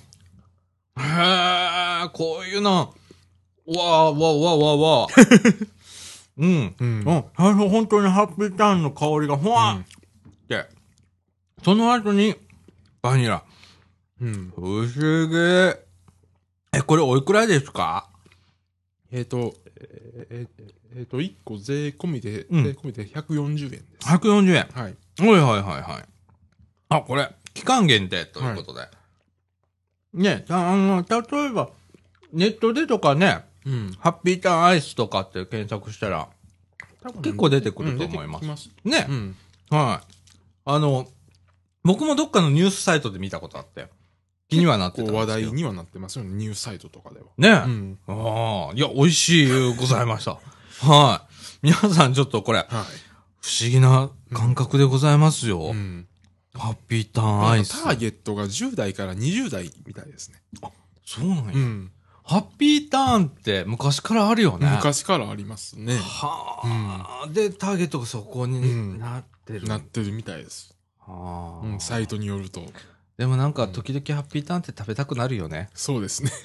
へえ、こういうな。わー、わー、わー、わー、わー。うん。うん。最初本当にハッピーターンの香りがふわーって、うん、その後にバニラ。 うん。 不思議。え、これおいくらですか？ えっ、ー、と、えっ、ー、えー、と、いっこ税込みで、うん、税込みでひゃくよんじゅうえんです。 ひゃくよんじゅうえん。 はい。 はいはいはいはい。あ、これ、期間限定ということで。はい、ね、あの、例えば、ネットでとかね、 うん、 ハッピーターンアイスとかって検索したら、結構出てくると思います。 うん、ますね、 うん。 はい。あの、僕もどっかのニュースサイトで見たことあって、気にはなってたんですけど。 話題にはなってますよね、ニュースサイトとかでは。 ね、 うん、 ああ、いや、美味しいございました。はい。皆さんちょっとこれ、はい、不思議な感覚でございますよ。 うん。 ハッピーターンアイス。 ターゲットがじゅう代からにじゅう代みたいですね。 そうなんや。 うん。 ハッピーターンって昔からあるよね。 昔からありますね。 はあ、うん、で、ターゲットがそこになってる。 なってるみたいです。はあ、うん、サイトによると。 でもなんか時々ハッピーターンって食べたくなるよね。 そうですね。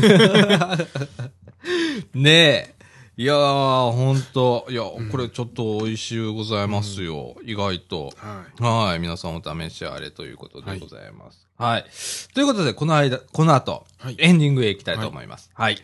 ねえ。いやー、ほんと。いや、うん、これちょっと美味しゅうございますよ。うん、意外と。はい。はい。皆さんお試しあれということでございます。はい。はい、ということで、この間、この後、はい、エンディングへ行きたいと思います。はい。はい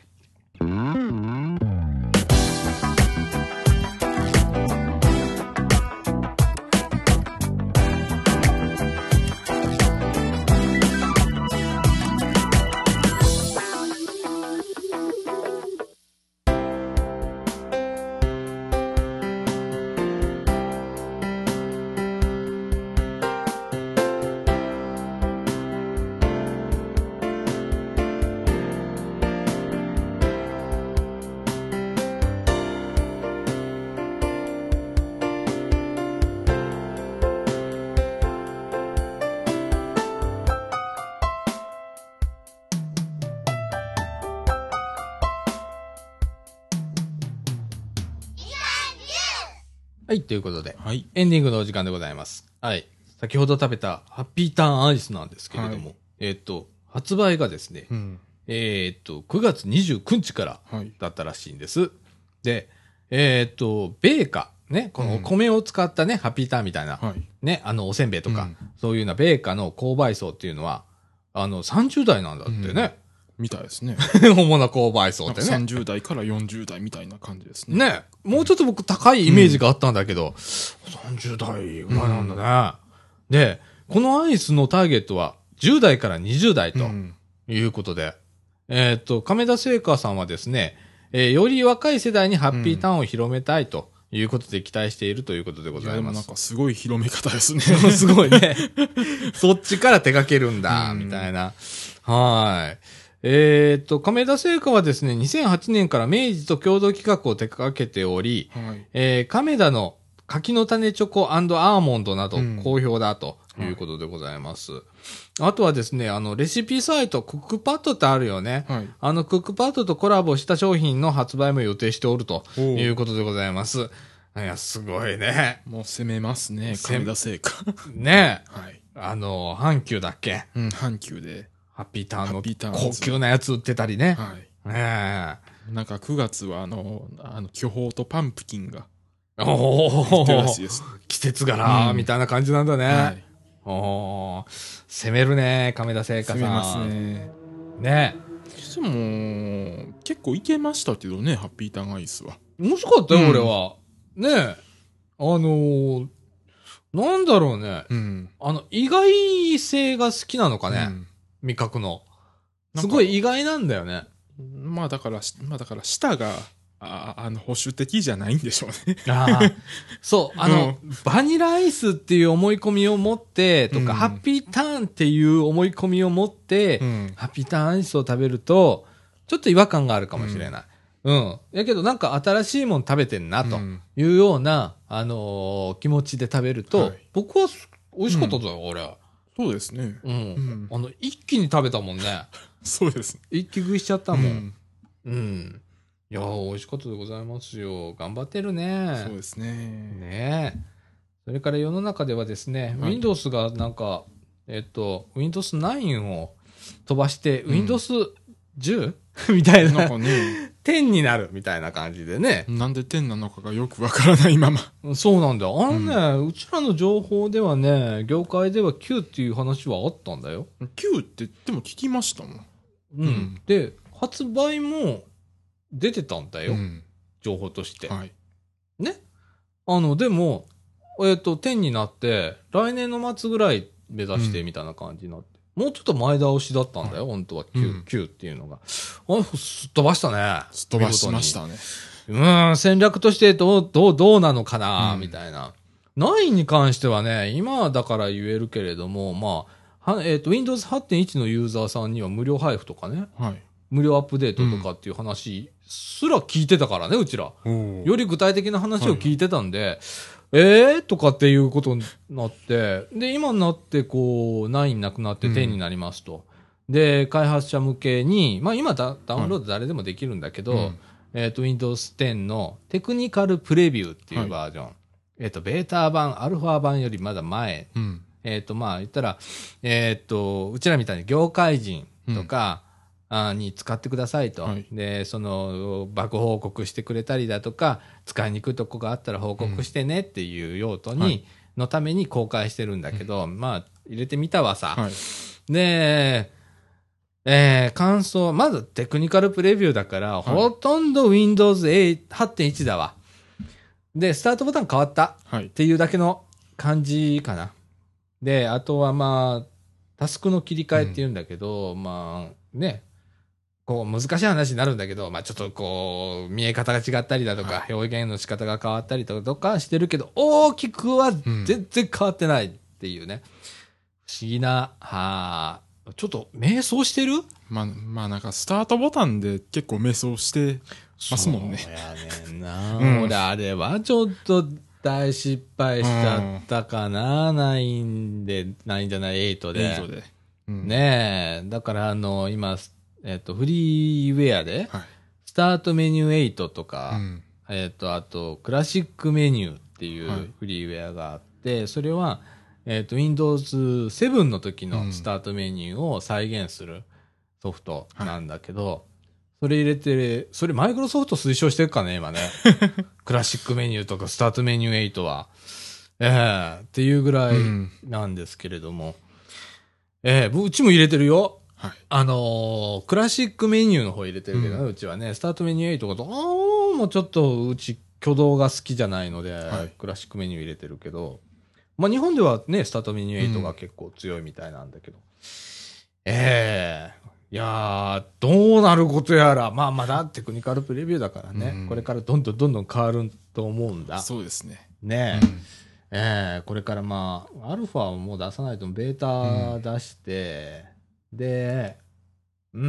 はい、ということで、はい、エンディングのお時間でございます。はい。先ほど食べたハッピーターンアイスなんですけれども、はい、えっと、発売がですね、うん、えっと、くがつにじゅうくにちからだったらしいんです。はい、で、えっと、米菓、ね、このお米を使ったね、うん、ハッピーターンみたいな、はい、ね、あの、おせんべいとか、うん、そういうような米菓の購買層っていうのは、あの、さんじゅう代なんだってね。うんみたいですね。 主な購買層ってね。 さんじゅう代からよんじゅう代みたいな感じですね。 ね。もうちょっと僕高いイメージがあったんだけど、うん、さんじゅう代ぐらいなんだね、うん。で、このアイスのターゲットはじゅう代からにじゅう代ということで、うん、えっと、亀田製菓さんはですね、えー、より若い世代にハッピーターンを広めたいということで期待しているということでございます。いやでもなんかすごい広め方ですね。 すごいね。そっちから手掛けるんだ、みたいな。はい。えっと、亀田製菓はですね、にせんはちねんから明治と共同企画を手掛けており、はい、えー、亀田の柿の種チョコ&アーモンドなど好評だということでございます。はい、あとはですね、あの、レシピサイト、クックパッドってあるよね。はい、あの、クックパッドとコラボした商品の発売も予定しておるということでございます。いや、すごいね。 もう攻めますね、亀田製菓。 ねえ。はい。あの、阪急だっけ？ うん、阪急で。 ハッピーターンの高級なやつ売ってたりね。はい。 ねえ。なんかくがつはあの、あの、巨峰とパンプキンが。おお。らしいです。 季節柄、みたいな感じなんだね。はい。おお。攻めるね、亀田製菓さん。 攻めますね。 ねえ。でも、結構いけましたけどね、ハッピーターンアイスは。 面白かったよ、うん、俺は。ねえ。あのー、なんだろうね。うん。あの、意外性が好きなのかね。うん味覚の。すごい意外なんだよね。 まあだから、まあだから舌が、あ, あの保守的じゃないんでしょうね。 ああ。そう、あの、うん、バニラアイスっていう思い込みを持ってとか、うん、ハッピーターンっていう思い込みを持って、うん、ハッピーターンアイスを食べると、ちょっと違和感があるかもしれない。うん。うん、やけどなんか新しいもん食べてんな、というような、あのー、気持ちで食べると、はい、僕は美味しかったぞよ、俺は。 そうですね。 うん。うん、あの、一気に食べたもんね。 そうです。 一気食いしちゃったもん。うん。うん、いやー、美味しかったでございますよ。頑張ってるね。 そうですね。 ねえ。それから世の中ではですね、はい、Windows がなんか、えっと、ウィンドウズナイン を飛ばして、うん、ウィンドウズじゅう みたいな。なんかね。じゅうになるみたいな感じでね。 なんでじゅうなのかがよくわからないまま。 そうなんだよ。あのね、うん、うちらの情報ではね、業界ではきゅうっていう話はあったんだよ。 きゅうってでも聞きましたもん。 うん。うん、で、発売も出てたんだよ。うん、情報として。はい。ね。あの、でも、えっと、じゅうになって、来年の末ぐらい目指してみたいな感じになって。うん、もうちょっと前倒しだったんだよ、はい、本当はきゅう、うん、きゅうっていうのが。あ、すっ飛ばしたね。 すっ飛ばしましたね。 うん、戦略としてどう、どう、どうなのかな、うん、みたいな。ナインに関してはね、今だから言えるけれども、まあ、はえっと、ウィンドウズはちてんいち のユーザーさんには無料配布とかね。はい。無料アップデートとかっていう話すら聞いてたからね、うちら。より具体的な話を聞いてたんで、はい、 えーとかっていうことになって、で、今になってこう、ナインなくなってテンになりますと。うん、で、開発者向けに、まあ今ダ、ダウンロード誰でもできるんだけど、はい、えっ、ー、と、Windows テンのテクニカルプレビューっていうバージョン。はい、えっ、ー、と、ベータ版、アルファ版よりまだ前。うん、えっ、ー、と、まあ言ったら、えっ、と、うちらみたいに業界人とか、うん、に使ってくださいと、はい。で、その、バグ報告してくれたりだとか、使いにくいとこがあったら報告してねっていう用途に、はい、のために公開してるんだけど、うん、まあ、入れてみたわさ。はい、で、えー、感想、まずテクニカルプレビューだから、はい、ほとんど Windows はちてんいち だわ。で、スタートボタン変わったっていうだけの感じかな。で、あとはまあ、タスクの切り替えっていうんだけど、うん、まあ、ね、こう難しい話になるんだけど、まあちょっとこう、見え方が違ったりだとか、はい、表現の仕方が変わったりとかしてるけど、大きくは全然変わってないっていうね。不思議な、はあ、ちょっと迷走してる？ まあ、まあなんかスタートボタンで結構迷走してますもんね。 そうやねんな、うん、俺あれはちょっと大失敗しちゃったかな、うん、ナインで、ナインじゃない、エイトで。エイトで。うん、ねえ、だからあの、今、えっと、フリーウェアで、はい、スタートメニューエイトとか、うん、えっと、あと、クラシックメニューっていうフリーウェアがあって、はい、それは、えっと、Windows セブンの時のスタートメニューを再現するソフトなんだけど、はい、それ入れて、それマイクロソフト推奨してるかね、今ね。クラシックメニューとかスタートメニューエイトは。ええー、っていうぐらいなんですけれども。うん、ええー、うちも入れてるよ。はい、あのー、クラシックメニューの方入れてるけどね、うん、うちはね、スタートメニューエイトがどうもちょっとうち挙動が好きじゃないので、はい、クラシックメニュー入れてるけど、まあ日本ではね、スタートメニューエイトが結構強いみたいなんだけど、うん、ええー、いやー、どうなることやら、まあまだテクニカルプレビューだからね、うん、これからどんどんどんどん変わると思うんだ。 そうですね。 ねえ。うん、ええー、これからまあ、アルファをもう出さないとベータ出して、うん、で、うん、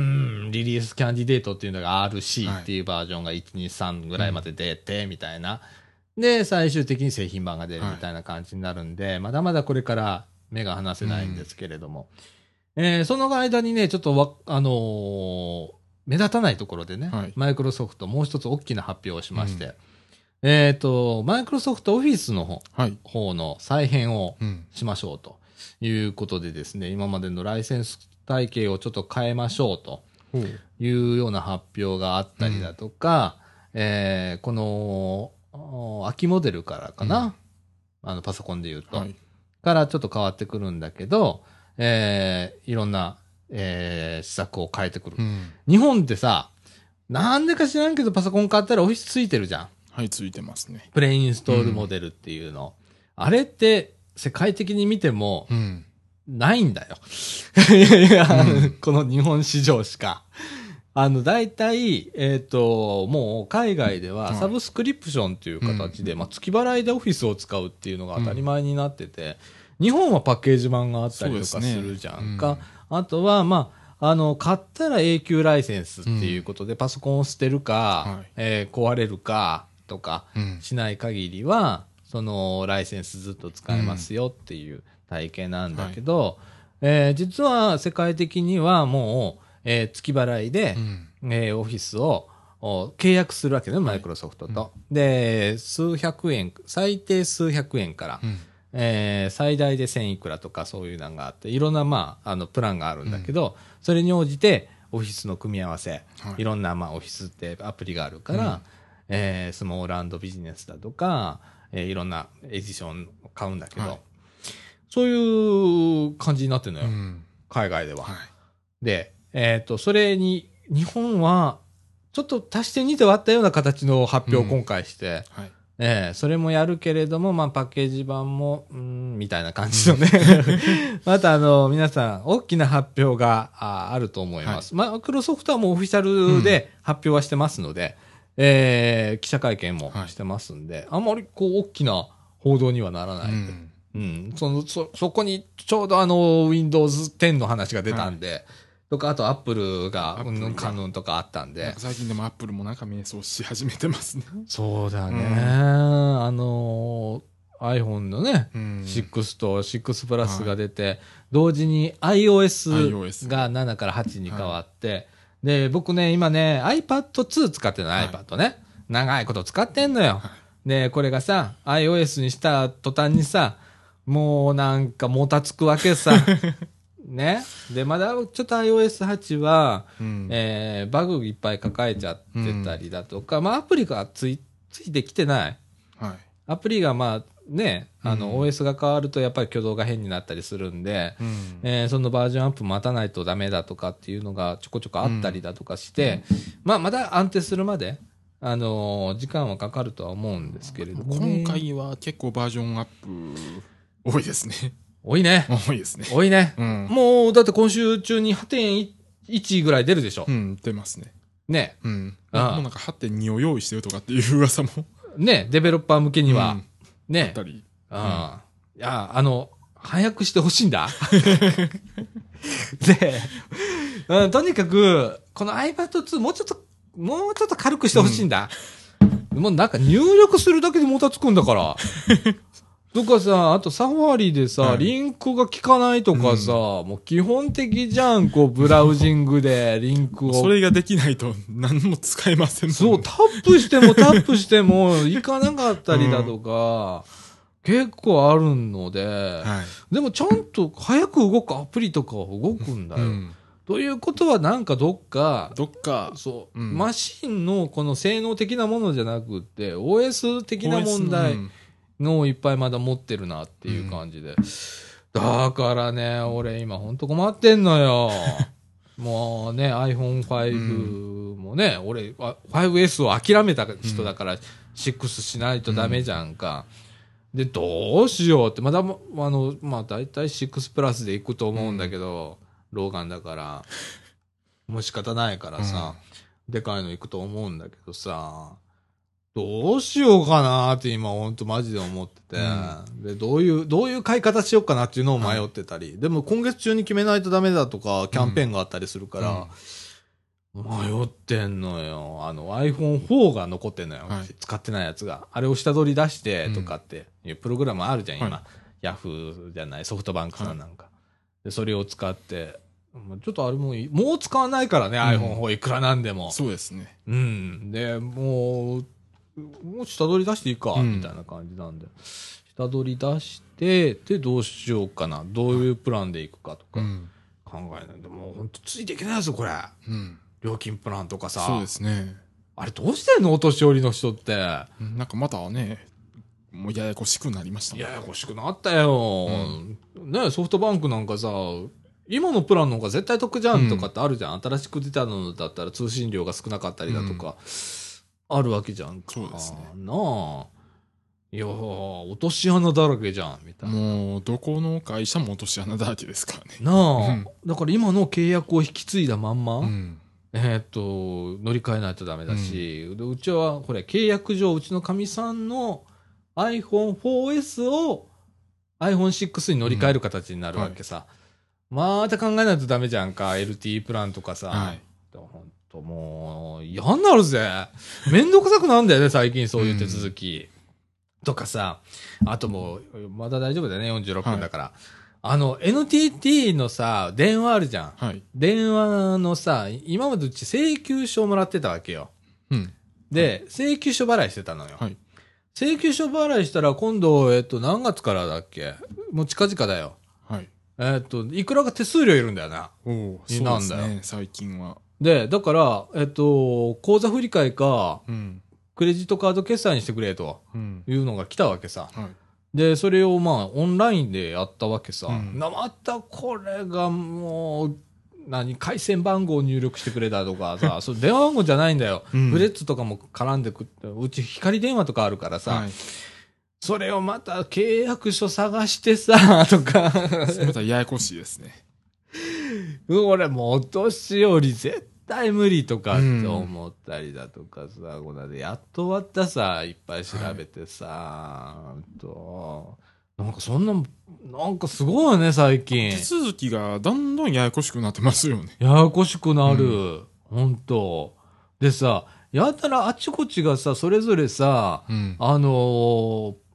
リリースキャンディデートっていうのが アールシー っていうバージョンがいち、に、さんぐらいまで出て、みたいな。で、最終的に製品版が出るみたいな感じになるんで、はい、まだまだこれから目が離せないんですけれども。うん、えー、その間にね、ちょっとわ、あのー、目立たないところでね、マイクロソフトもう一つ大きな発表をしまして、うん、えっ、ー、と、マイクロソフトオフィスの方、はい、方の再編をしましょうということでですね、今までのライセンス体系をちょっと変えましょうというような発表があったりだとか、うん、えー、この秋モデルからかな、うん、あのパソコンで言うと、はい、からちょっと変わってくるんだけど、えー、いろんな、えー、施策を変えてくる、うん、日本ってさ、なんでか知らんけどパソコン買ったらオフィスついてるじゃん。 はい、ついてますね。 プレインストールモデルっていうの。うん、あれって世界的に見ても、うんないんだよ。いや、うん、この日本市場しか。あの、大体、えっ、ー、と、もう海外ではサブスクリプションっていう形で、うん、まあ、月払いでオフィスを使うっていうのが当たり前になってて、うん、日本はパッケージ版があったりとかするじゃんか。ねうん、あとは、まあ、あの、買ったら永久ライセンスっていうことで、パソコンを捨てるか、うんはいえー、壊れるかとかしない限りは、そのライセンスずっと使えますよっていう、体系なんだけど、はいえー、実は世界的にはもう、えー、月払いで、うんえー、オフィスを契約するわけね、マイクロソフトと、うん。で、数百円、最低数百円から、うんえー、最大で千いくらとかそういうのがあって、いろんな、まあ、あの、プランがあるんだけど、うん、それに応じて、オフィスの組み合わせ、はい、いろんな、まあ、オフィスってアプリがあるから、うんえー、スモール&ビジネスだとか、えー、いろんなエディションを買うんだけど、はいそういう感じになってるのよ。うん、海外では。はい、で、えっ、ー、と、それに、日本は、ちょっと足してにで割ったような形の発表を今回して、うんはいえー、それもやるけれども、まあ、パッケージ版も、うん、みたいな感じのね。また、あの、皆さん、大きな発表が あ, あると思います。はい、マイクロソフトはもうオフィシャルで発表はしてますので、うん、えー、記者会見もしてますんで、はい、あんまりこう、大きな報道にはならない。うんうん。その、そ、そこにちょうどあの、Windows テンの話が出たんで、はい、とか、あと Apple が、うんぬんかんぬんとかあったんで。 最近でも Apple もなんか迷走し始めてますね。 そうだね。うん、あの iPhone のね、 うん、 シックスとろくプラスが出て、はい、同時に iOS がななからはちに変わって、はい、で、僕ね、今ね、アイパッドツー 使ってるの、はい、iPad ね。長いこと使ってんのよ。はい、で、これがさ、iOS にした途端にさ、もうなんかもたつくわけさ。ね。で、まだちょっと アイオーエスはち は、うん、えー、バグいっぱい抱えちゃってたりだとか、うん、まあアプリがつい、ついてきてない。はい。アプリがまあね、あの、うん、オーエス が変わるとやっぱり挙動が変になったりするんで、うん、えー、そのバージョンアップ待たないとダメだとかっていうのがちょこちょこあったりだとかして、うん、まあまだ安定するまで、あのー、時間はかかるとは思うんですけれども、 ね、今回は結構バージョンアップ多いですね。 多いね。 多いですね。 多いね。うん、もう、だって今週中に はちてんいち ぐらい出るでしょ。 うん、出ますね。 ね。 うん。ああもうなんか はちてんに を用意してるとかっていう噂も。 ね、デベロッパー向けには。うん、ね。 あったり。 ああ、うん。いや、あの、早くしてほしいんだ。で、うん、とにかく、この iPad ツー もうちょっと、もうちょっと軽くしてほしいんだ。うん、もうなんか入力するだけでもたつくんだから。とかさ、あとサファリでさ、はい、リンクが効かないとかさ、うん、もう基本的じゃん、こう、ブラウジングでリンクを。 それができないと何も使えませんもんね。 そう、タップしてもタップしてもいかなかったりだとか、うん、結構あるので、はい、でもちゃんと早く動くアプリとかは動くんだよ。うん、ということはなんかどっか、 どっか、 そう、うん、マシンのこの性能的なものじゃなくて、オーエス 的な問題、のをいっぱいまだ持ってるなっていう感じで。うん、だからね、俺今ほんと困ってんのよ。もうね、アイフォンファイブ もね、うん、俺、ファイブエス を諦めた人だから、シックスしないとダメじゃんか。うん、で、どうしようって、まだ、あの、まあ大体シックスプラスで行くと思うんだけど、うん、老眼だから、もう仕方ないからさ、うん、でかいの行くと思うんだけどさ、どうしようかなーって今ほんとマジで思ってて、うん、で、どういう、どういう買い方しようかなっていうのを迷ってたり、はい、でも今月中に決めないとダメだとか、キャンペーンがあったりするから、うん、迷ってんのよ。あの アイフォンフォー が残ってんのよ、はい。使ってないやつが。あれを下取り出してとかっていうプログラムあるじゃん、今。はい、ヤフーじゃない、ソフトバンクさんなんか。はい、で、それを使って、ちょっとあれもいい。もう使わないからね、うん、アイフォンフォー いくらなんでも。 そうですね。 うん。で、もう、もう下取り出していいか、うん、みたいな感じなんで。下取り出して、で、どうしようかな。どういうプランでいくかとか、考えないと、もうほんとついていけないですよ、これ。うん。料金プランとかさ。 そうですね。 あれどうしてんのお年寄りの人って。 なんかまたね、もうややこしくなりましたね。ややこしくなったよ。うん、ねソフトバンクなんかさ、今のプランの方が絶対得じゃんとかってあるじゃん。うん、新しく出たのだったら通信量が少なかったりだとか。うんあるわけじゃんか。 そうですね。 なあ。いやー、落とし穴だらけじゃん、みたいな。 もう、どこの会社も落とし穴だらけですからね。 なあ。うん、だから今の契約を引き継いだまんま、 うん、 えー、っと、乗り換えないとダメだし、うん、でうちは、これ、契約上、うちのかみさんの アイフォンフォーエス を アイフォンシックス に乗り換える形になるわけさ。うんはい、また考えないとダメじゃんか。エルティー プランとかさ。はいともう、嫌になるぜ。めんどくさくなんだよね、最近そういう手続き。うん、とかさ、あともう、まだ大丈夫だよね、よんじゅうろっぷんだから。はい、あの、エヌティーティー のさ、電話あるじゃん。 はい、 電話のさ、今までうち請求書をもらってたわけよ。 うん、 で、請求書払いしてたのよ。 はい、 請求書払いしたら今度、えっと、何月からだっけもう近々だよ。 はい、 えっと、いくらか手数料いるんだよな。 おお、そうですね、最近は。 で、だから、えっと、口座振替か、 うん、 クレジットカード決済にしてくれというのが来たわけさ。 はい、 で、それをまあ、オンラインでやったわけさ。 うん、 またこれがもう、何、回線番号を入力してくれたとかさ、それ電話番号じゃないんだよ。うん、フレッツとかも絡んでくって、うち光電話とかあるからさ、はい、それをまた契約書探してさ、とか。 それまたややこしいですね。 俺もうお年寄り絶対無理とかって思ったりだとかさ、うん、これでやっと終わったさ、いっぱい調べてさ、はい、となんかそんな、なんかすごいよね、最近。 手続きがだんだんややこしくなってますよね。 ややこしくなる。うん、ほんと。でさ、やたらあちこちがさ、それぞれさ、うん、あのー、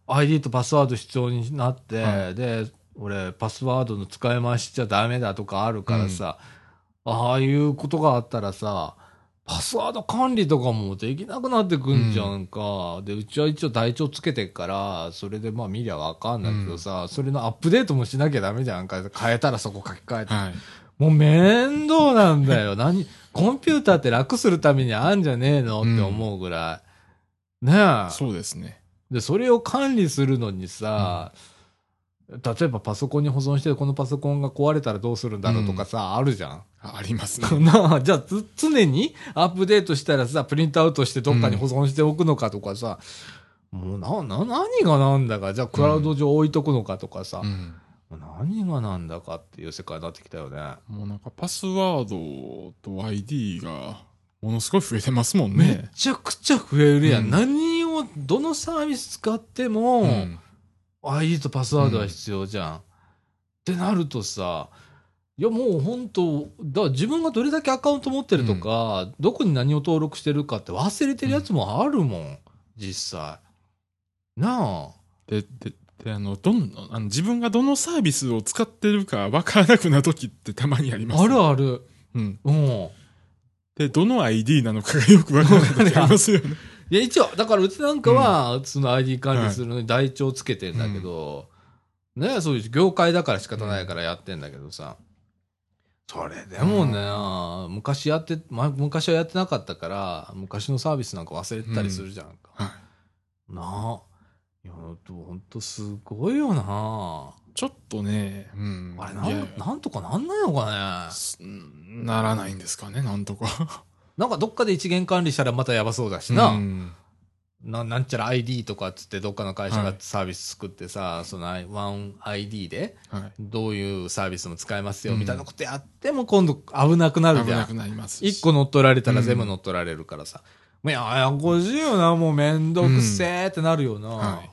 アイディー とパスワード必要になって、 はい、 で、俺、パスワードの使い回しちゃダメだとかあるからさ、うん、ああいうことがあったらさ、パスワード管理とかもできなくなってくんじゃんか。うん、で、うちは一応台帳つけてっから、それでまあ見りゃわかんないけどさ、うん、それのアップデートもしなきゃダメじゃんか。変えたらそこ書き換えて。はい、もう面倒なんだよ。何、コンピューターって楽するためにあんじゃねえのって思うぐらい。ねえ。 そうですね。 で、それを管理するのにさ、うん、例えばパソコンに保存して、このパソコンが壊れたらどうするんだろうとかさ、うん、あるじゃん。 ありますね。 なあ、じゃあ常にアップデートしたらさ、プリントアウトしてどっかに保存しておくのかとかさ、うん、もうな、な、何がなんだか、じゃあクラウド上置いとくのかとかさ、うん、何がなんだかっていう世界になってきたよね。 もうなんかパスワードと アイディー がものすごい増えてますもんね。 めちゃくちゃ増えるやん。うん、何を、どのサービス使っても、うん、アイディー とパスワードは必要じゃん。うん、ってなるとさ、いやもう本当、だから自分がどれだけアカウント持ってるとか、うん、どこに何を登録してるかって忘れてるやつもあるもん、うん、実際。なあ。 で、で、で、あの、どん、あの、自分がどのサービスを使ってるか分からなくなるときってたまにあります、ね。 あるある。 うん。 うん。 で、どの アイディー なのかがよく分からないときありますよね。 いや、一応、だからうちなんかは、うん、その アイディー 管理するのに台帳つけてんだけど、はい、ね、そういう業界だから仕方ないからやってんだけどさ。うん、それでもね、うん、昔やって、ま、昔はやってなかったから、昔のサービスなんか忘れてたりするじゃんか。うん、はい、なあ。いや、ほんとすごいよな。 ちょっとね、 うん、あれなん、なんとかなんないのかね。ならないんですかね、なんとか。 なんかどっかで一元管理したらまたやばそうだしな。うん、な, なんちゃら アイディー とかっつってどっかの会社がサービス作ってさ、はい、そのワン アイディー でどういうサービスも使えますよみたいなことやっても今度危なくなるじゃん。 危なくなりますし。 一個乗っ取られたら全部乗っ取られるからさ。もうややこしいよな、もうめんどくせーってなるよな。うん、はい、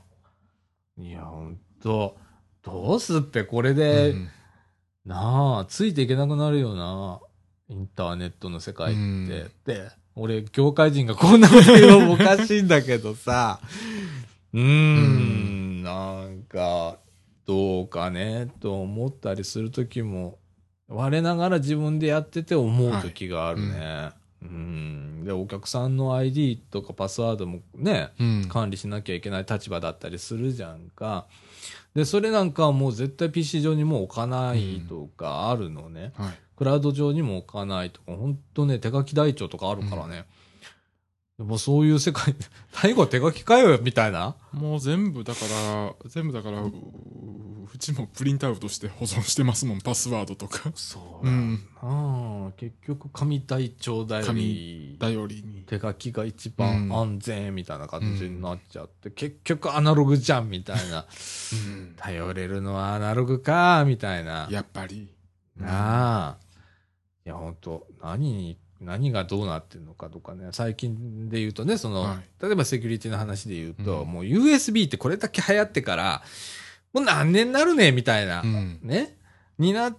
いや、ほんと、どうすっぺ、これで、うん、なあ、ついていけなくなるよな。インターネットの世界って。うん、で、俺、業界人がこんなこと言うのもおかしいんだけどさ、うーん、うん、なんか、どうかね、と思ったりするときも、我ながら自分でやってて思うときがあるね。はい、うん、で、お客さんの アイディー とかパスワードもね、うん、管理しなきゃいけない立場だったりするじゃんか。で、それなんかはもう絶対 ピーシー 上にもう置かないとかあるのね。うん、はい、クラウド上にも置かないとか、ほんとね、手書き台帳とかあるからね。うん、もうそういう世界、最後は手書きかよ、みたいな。 もう全部だから、全部だから、う, うちもプリントアウトして保存してますもん、パスワードとか。 そうだな、うん、結局紙台帳だより、 紙頼りに。 手書きが一番安全みたいな感じになっちゃって、うん、結局アナログじゃん、みたいな。うん、頼れるのはアナログか、みたいな。 やっぱり。 なあ。いや、ほんと、何に、何がどうなってるのかとかね、最近で言うとね、その、はい、例えばセキュリティの話で言うと、うん、もう ユーエスビー ってこれだけ流行ってから、もう何年になるね、みたいな、うん、ね、になって、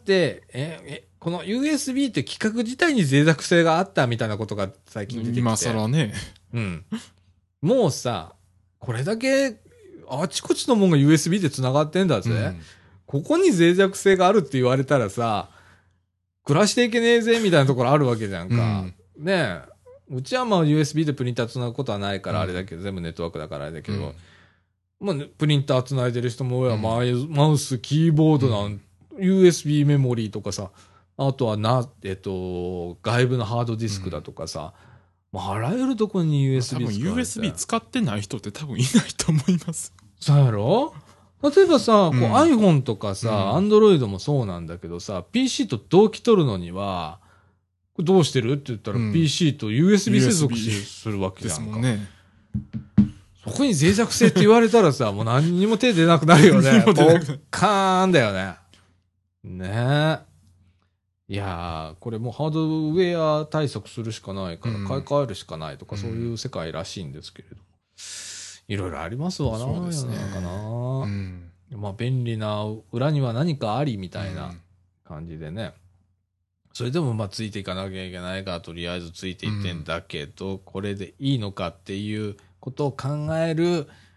え、え、この ユーエスビー って規格自体に脆弱性があったみたいなことが最近出てきて。 今更ね。 うん。もうさ、これだけ、あちこちのもんが ユーエスビー で繋がってんだぜ。うん、ここに脆弱性があるって言われたらさ、暮らしていけねえぜみたいなところあるわけじゃんか。うん、ねえ。うちはまあ ユーエスビー でプリンター繋ぐことはないからあれだけど、うん、全部ネットワークだからあれだけど、うん、まあ、ね、プリンター繋いでる人も、うん、マウス、キーボードなん、うん、ユーエスビー メモリーとかさ、あとはな、えっと、外部のハードディスクだとかさ、うん、まあ、あらゆるところに ユーエスビー 使って。多分 ユーエスビー 使ってない人って多分いないと思います。 そうやろ？例えばさ、こう iPhone とかさ、うん、Android もそうなんだけどさ、ピーシー と同期取るのには、どうしてるって言ったら、うん、ピーシー と ユーエスビー 接続するわけじゃんか。ですもんね。そこに脆弱性って言われたらさ、もう何にも手出なくなるよね。ポッカーンだよね。ねえ。いやー、これもうハードウェア対策するしかないから、買い替えるしかないとか、そういう世界らしいんですけれども。いろいろありますわな、そうですね。世の中な、うん、まあ便利な裏には何かありみたいな感じでね。うん、それでもまあついていかなきゃいけないから、とりあえずついていってんだけど、うん、これでいいのかっていうことを考える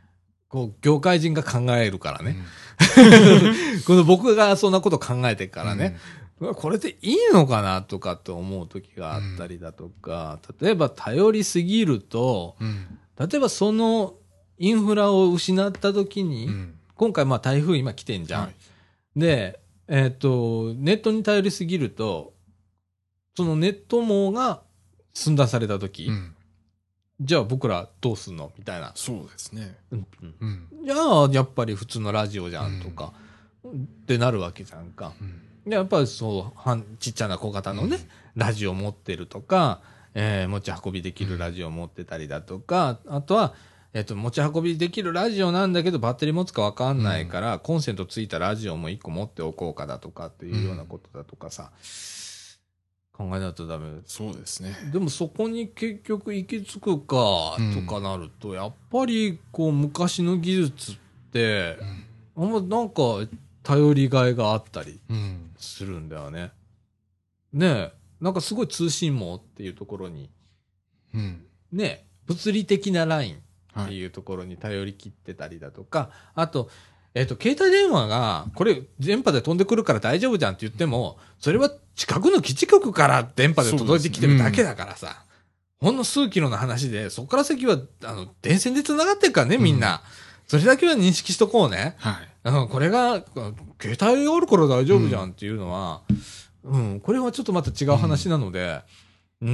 こう、業界人が考えるからね。 うん、 この僕がそんなこと考えてからね、うん、これでいいのかなとかって思う時があったりだとか、うん、例えば頼りすぎると、うん、例えばそのインフラを失った時に、うん、今回まあ台風今来てんじゃん。はい、で、えっと、ネットに頼りすぎると、そのネット網が寸断された時、うん、じゃあ僕らどうすんのみたいな。 そうですね。 うんうん、じゃあやっぱり普通のラジオじゃんとか、うん、ってなるわけじゃんか。うん、でやっぱりそうはんちっちゃな小型のね、うん、ラジオ持ってるとか、えー、持ち運びできるラジオ持ってたりだとか、あとは、えっと、持ち運びできるラジオなんだけどバッテリー持つか分かんないから、うん、コンセントついたラジオもいっこ持っておこうかだとかっていうようなことだとかさ、うん、考えないとダメ。 そうですね。 でもそこに結局行き着くかとかなると、うん、やっぱりこう昔の技術って、うん、あんまなんか頼りがいがあったりするんだよね。うん、ねえ、なんかすごい通信網っていうところに、うん、ねえ、物理的なラインっていうところに頼り切ってたりだとか、はい、あと、えっと、携帯電話が、これ、電波で飛んでくるから大丈夫じゃんって言っても、それは近くの基地局から電波で届いてきてるだけだからさ、うん、ほんの数キロの話で、そこから先は、あの、電線で繋がってるからね、みんな。うん、それだけは認識しとこうね。はい。あの、これが、携帯があるから大丈夫じゃんっていうのは、うん、うん、これはちょっとまた違う話なので、うん、うん、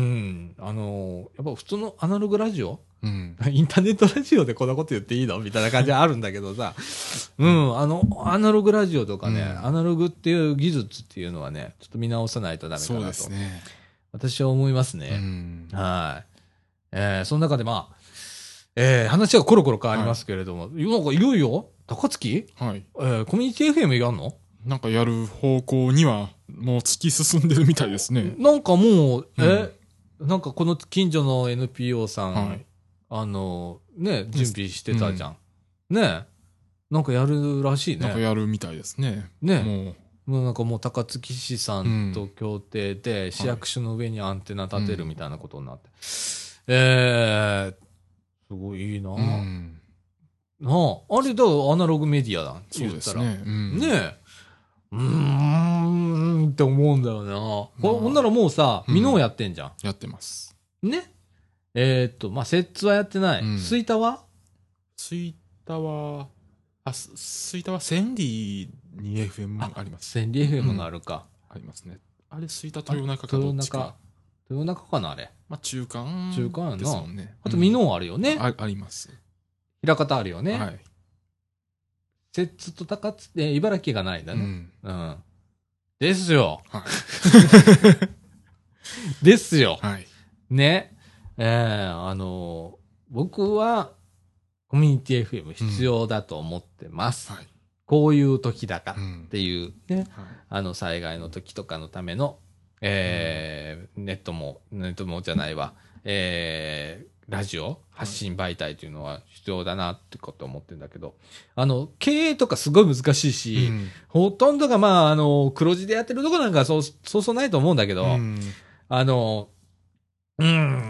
あの、やっぱ普通のアナログラジオ、うん、インターネットラジオでこんなこと言っていいのみたいな感じはあるんだけどさ。うん、あの、アナログラジオとかね、うん、アナログっていう技術っていうのはね、ちょっと見直さないとダメかなと。そうですね。私は思いますね。うん、はい。えー、その中でまあ、えー、話がコロコロ変わりますけれども、はい、なんかいよいよ、高槻はい。えー、コミュニティ エフエム やんのなんかやる方向には、もう突き進んでるみたいですね。 なんかもう、え、うん、なんかこの近所の エヌピーオー さん、はいあの、ね、準備してたじゃん。うん、ねなんかやるらしいね。 なんかやるみたいですね。 ねもう。もうなんかもう高槻市さんと協定で、うん、市役所の上にアンテナ立てるみたいなことになって。はい、えー、すごいいいな、うん、なあ。あれだ、アナログメディアだって言ったら。そうですね。うん、ねえ。うーんって思うんだよな。まあ、ほんならもうさ、ミノーやってんじゃん。 やってます。 ねえー、っと、まあ、摂津はやってない。うん、吹田は吹田は、あ、吹田は千里に エフエム あります。 千里 エフエム があるか、 うん。ありますね。あれ、吹田豊中かどっちか。 豊中かな、あれ。 まあ、中間。 中間やな。 ですもんね。 あと、ミノーあるよね。 あ、あります。 平方あるよね。 はい。 摂津と高津、えー、茨城がないんだね。うん。うん。ですよ。はい。ですよ。はい。ね。えー、あのー、僕は、コミュニティ エフエム 必要だと思ってます。うんはい、こういう時だからっていうね、うんはい、あの、災害の時とかのための、えー、うん、ネットも、ネットもじゃないわ、えー、ラジオ、発信媒体というのは必要だなってこと思ってるんだけど、あの、経営とかすごい難しいし、うん、ほとんどがまあ、あの、黒字でやってるとこなんかそう、そうそうないと思うんだけど、うん、あの、うん、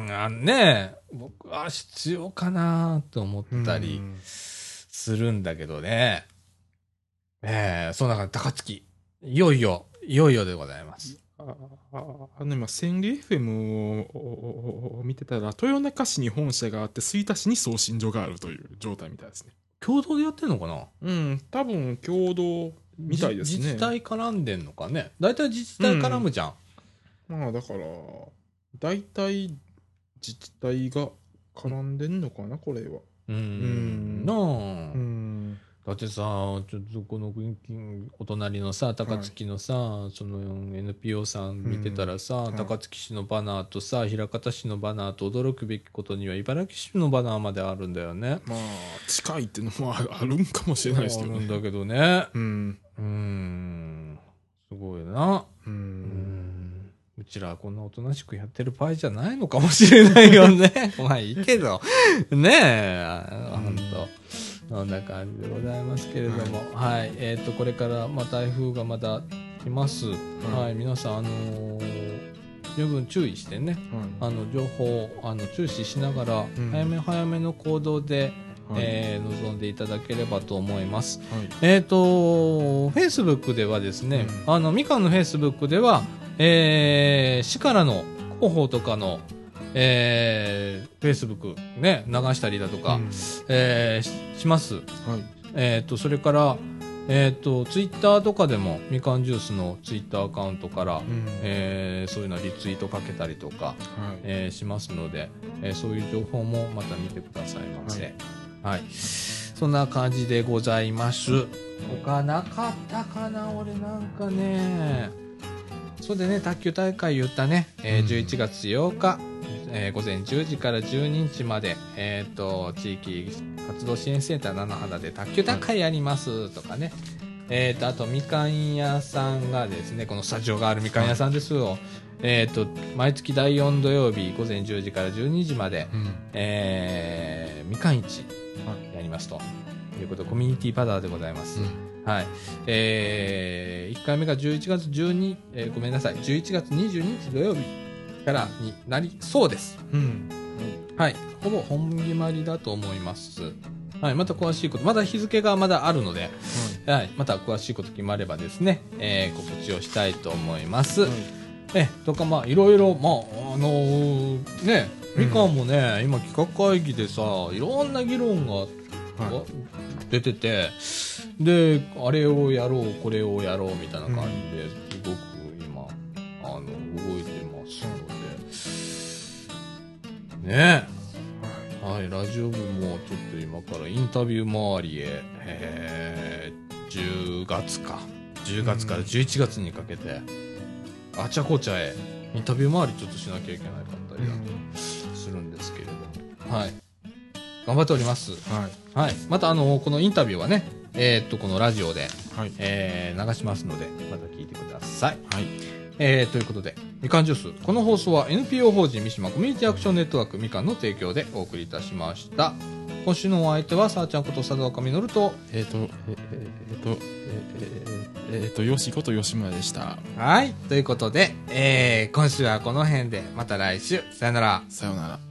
あのね、僕は必要かなと思ったりするんだけどね。ええー、その中で高槻、いよいよ、いよいよでございます。 ああの今、千里 エフエム を見てたら、豊中市に本社があって、吹田市に送信所があるという状態みたいですね。 共同でやってんのかなうん、多分共同みたいですね。 自治体絡んでんのかね。大体自治体絡むじゃん。 うん、まあだから、大体自治体が絡んでんのかな、これは。 うーん。なあ。うん。だってさ、ちょっとこのお隣のさ、高槻のさ、はい、その エヌピーオー さん見てたらさ、うん、高槻市のバナーとさ、枚方市のバナーと驚くべきことには茨城市のバナーまであるんだよね。 まあ、近いっていうのもあるんかもしれないですけどね。 あるんだけどね。うん。うーん。すごいな。うん。うんうちらはこんなおとなしくやってる場合じゃないのかもしれないよね。まあいいけど。ねえ。ほんと。そんな感じでございますけれども。はい。はい、えっ、ー、と、これから、まあ台風がまだ来ます。はい。はい、皆さん、あのー、十分注意してね。はい、あの、情報を、あの、注視しながら、うん、早め早めの行動で、 えー、望んでいただければと思います。 はい、 えっ、ー、と、Facebook ではですね、うん、あの、みかんの Facebook では、えー、市からの広報とかの、えー、Facebook ね、流したりだとか、うん、えー、します。はい、えっ、ー、と、それから、えっ、ー、と、ツイッターとかでも、みかんジュースのツイッターアカウントから、うん、えー、そういうのリツイートかけたりとか、はい、えー、しますので、えー、そういう情報もまた見てくださいませ。はい。はい、そんな感じでございます。他なかったかな俺なんかね。そうでね、卓球大会言ったね、えー、じゅういちがつようか、えー、午前じゅうじからじゅうににちまで、えっ、ー、と、地域活動支援センター菜の花で卓球大会やりますとかね。はい、えっ、ー、と、あと、みかん屋さんがですね、このスタジオがあるみかん屋さんですよ。はい、えっ、ー、と、毎月だいよん土曜日午前じゅうじからじゅうにじまで、うん、えー、みかん市やりますと。いうことで、コミュニティバザーでございます。うん、はい。えー、いっかいめがじゅういちがつじゅうに、えー、ごめんなさい、じゅういちがつにじゅうににち土曜日からになりそうです。うん。はい。ほぼ本決まりだと思います。はい。また詳しいこと、まだ日付がまだあるので、はい。はい、また詳しいこと決まればですね、えー、告知をしたいと思います。はい、え、とか、まあ、いろいろ、まあ、あのー、ね、みかんもね、うん、今企画会議でさ、いろんな議論が、はい、出てて、で、あれをやろう、これをやろうみたいな感じで、すごく今、あの、動いてますので、ねえ、はい、ラジオ部もちょっと今からインタビュー周りへ、えー、じゅうがつか、じゅうがつからじゅういちがつにかけて、あちゃこちゃへ、インタビュー周りちょっとしなきゃいけなかったりだとするんですけれども、はい。頑張っております。はい。はい。また、あの、このインタビューはね、えー、っと、このラジオで、はい、えー、流しますので、また聞いてください。はい。えー、ということで、みかんジュース。この放送は エヌピーオー 法人三島コミュニティアクションネットワークみかんの提供でお送りいたしました。今週のお相手は、さあちゃんこと佐藤岡実と、 えー、っと、えー、えー、っと、えー、えー、えー、っと、よしこと吉村でした。 はい。ということで、えー、今週はこの辺で、また来週、さよなら。 さよなら。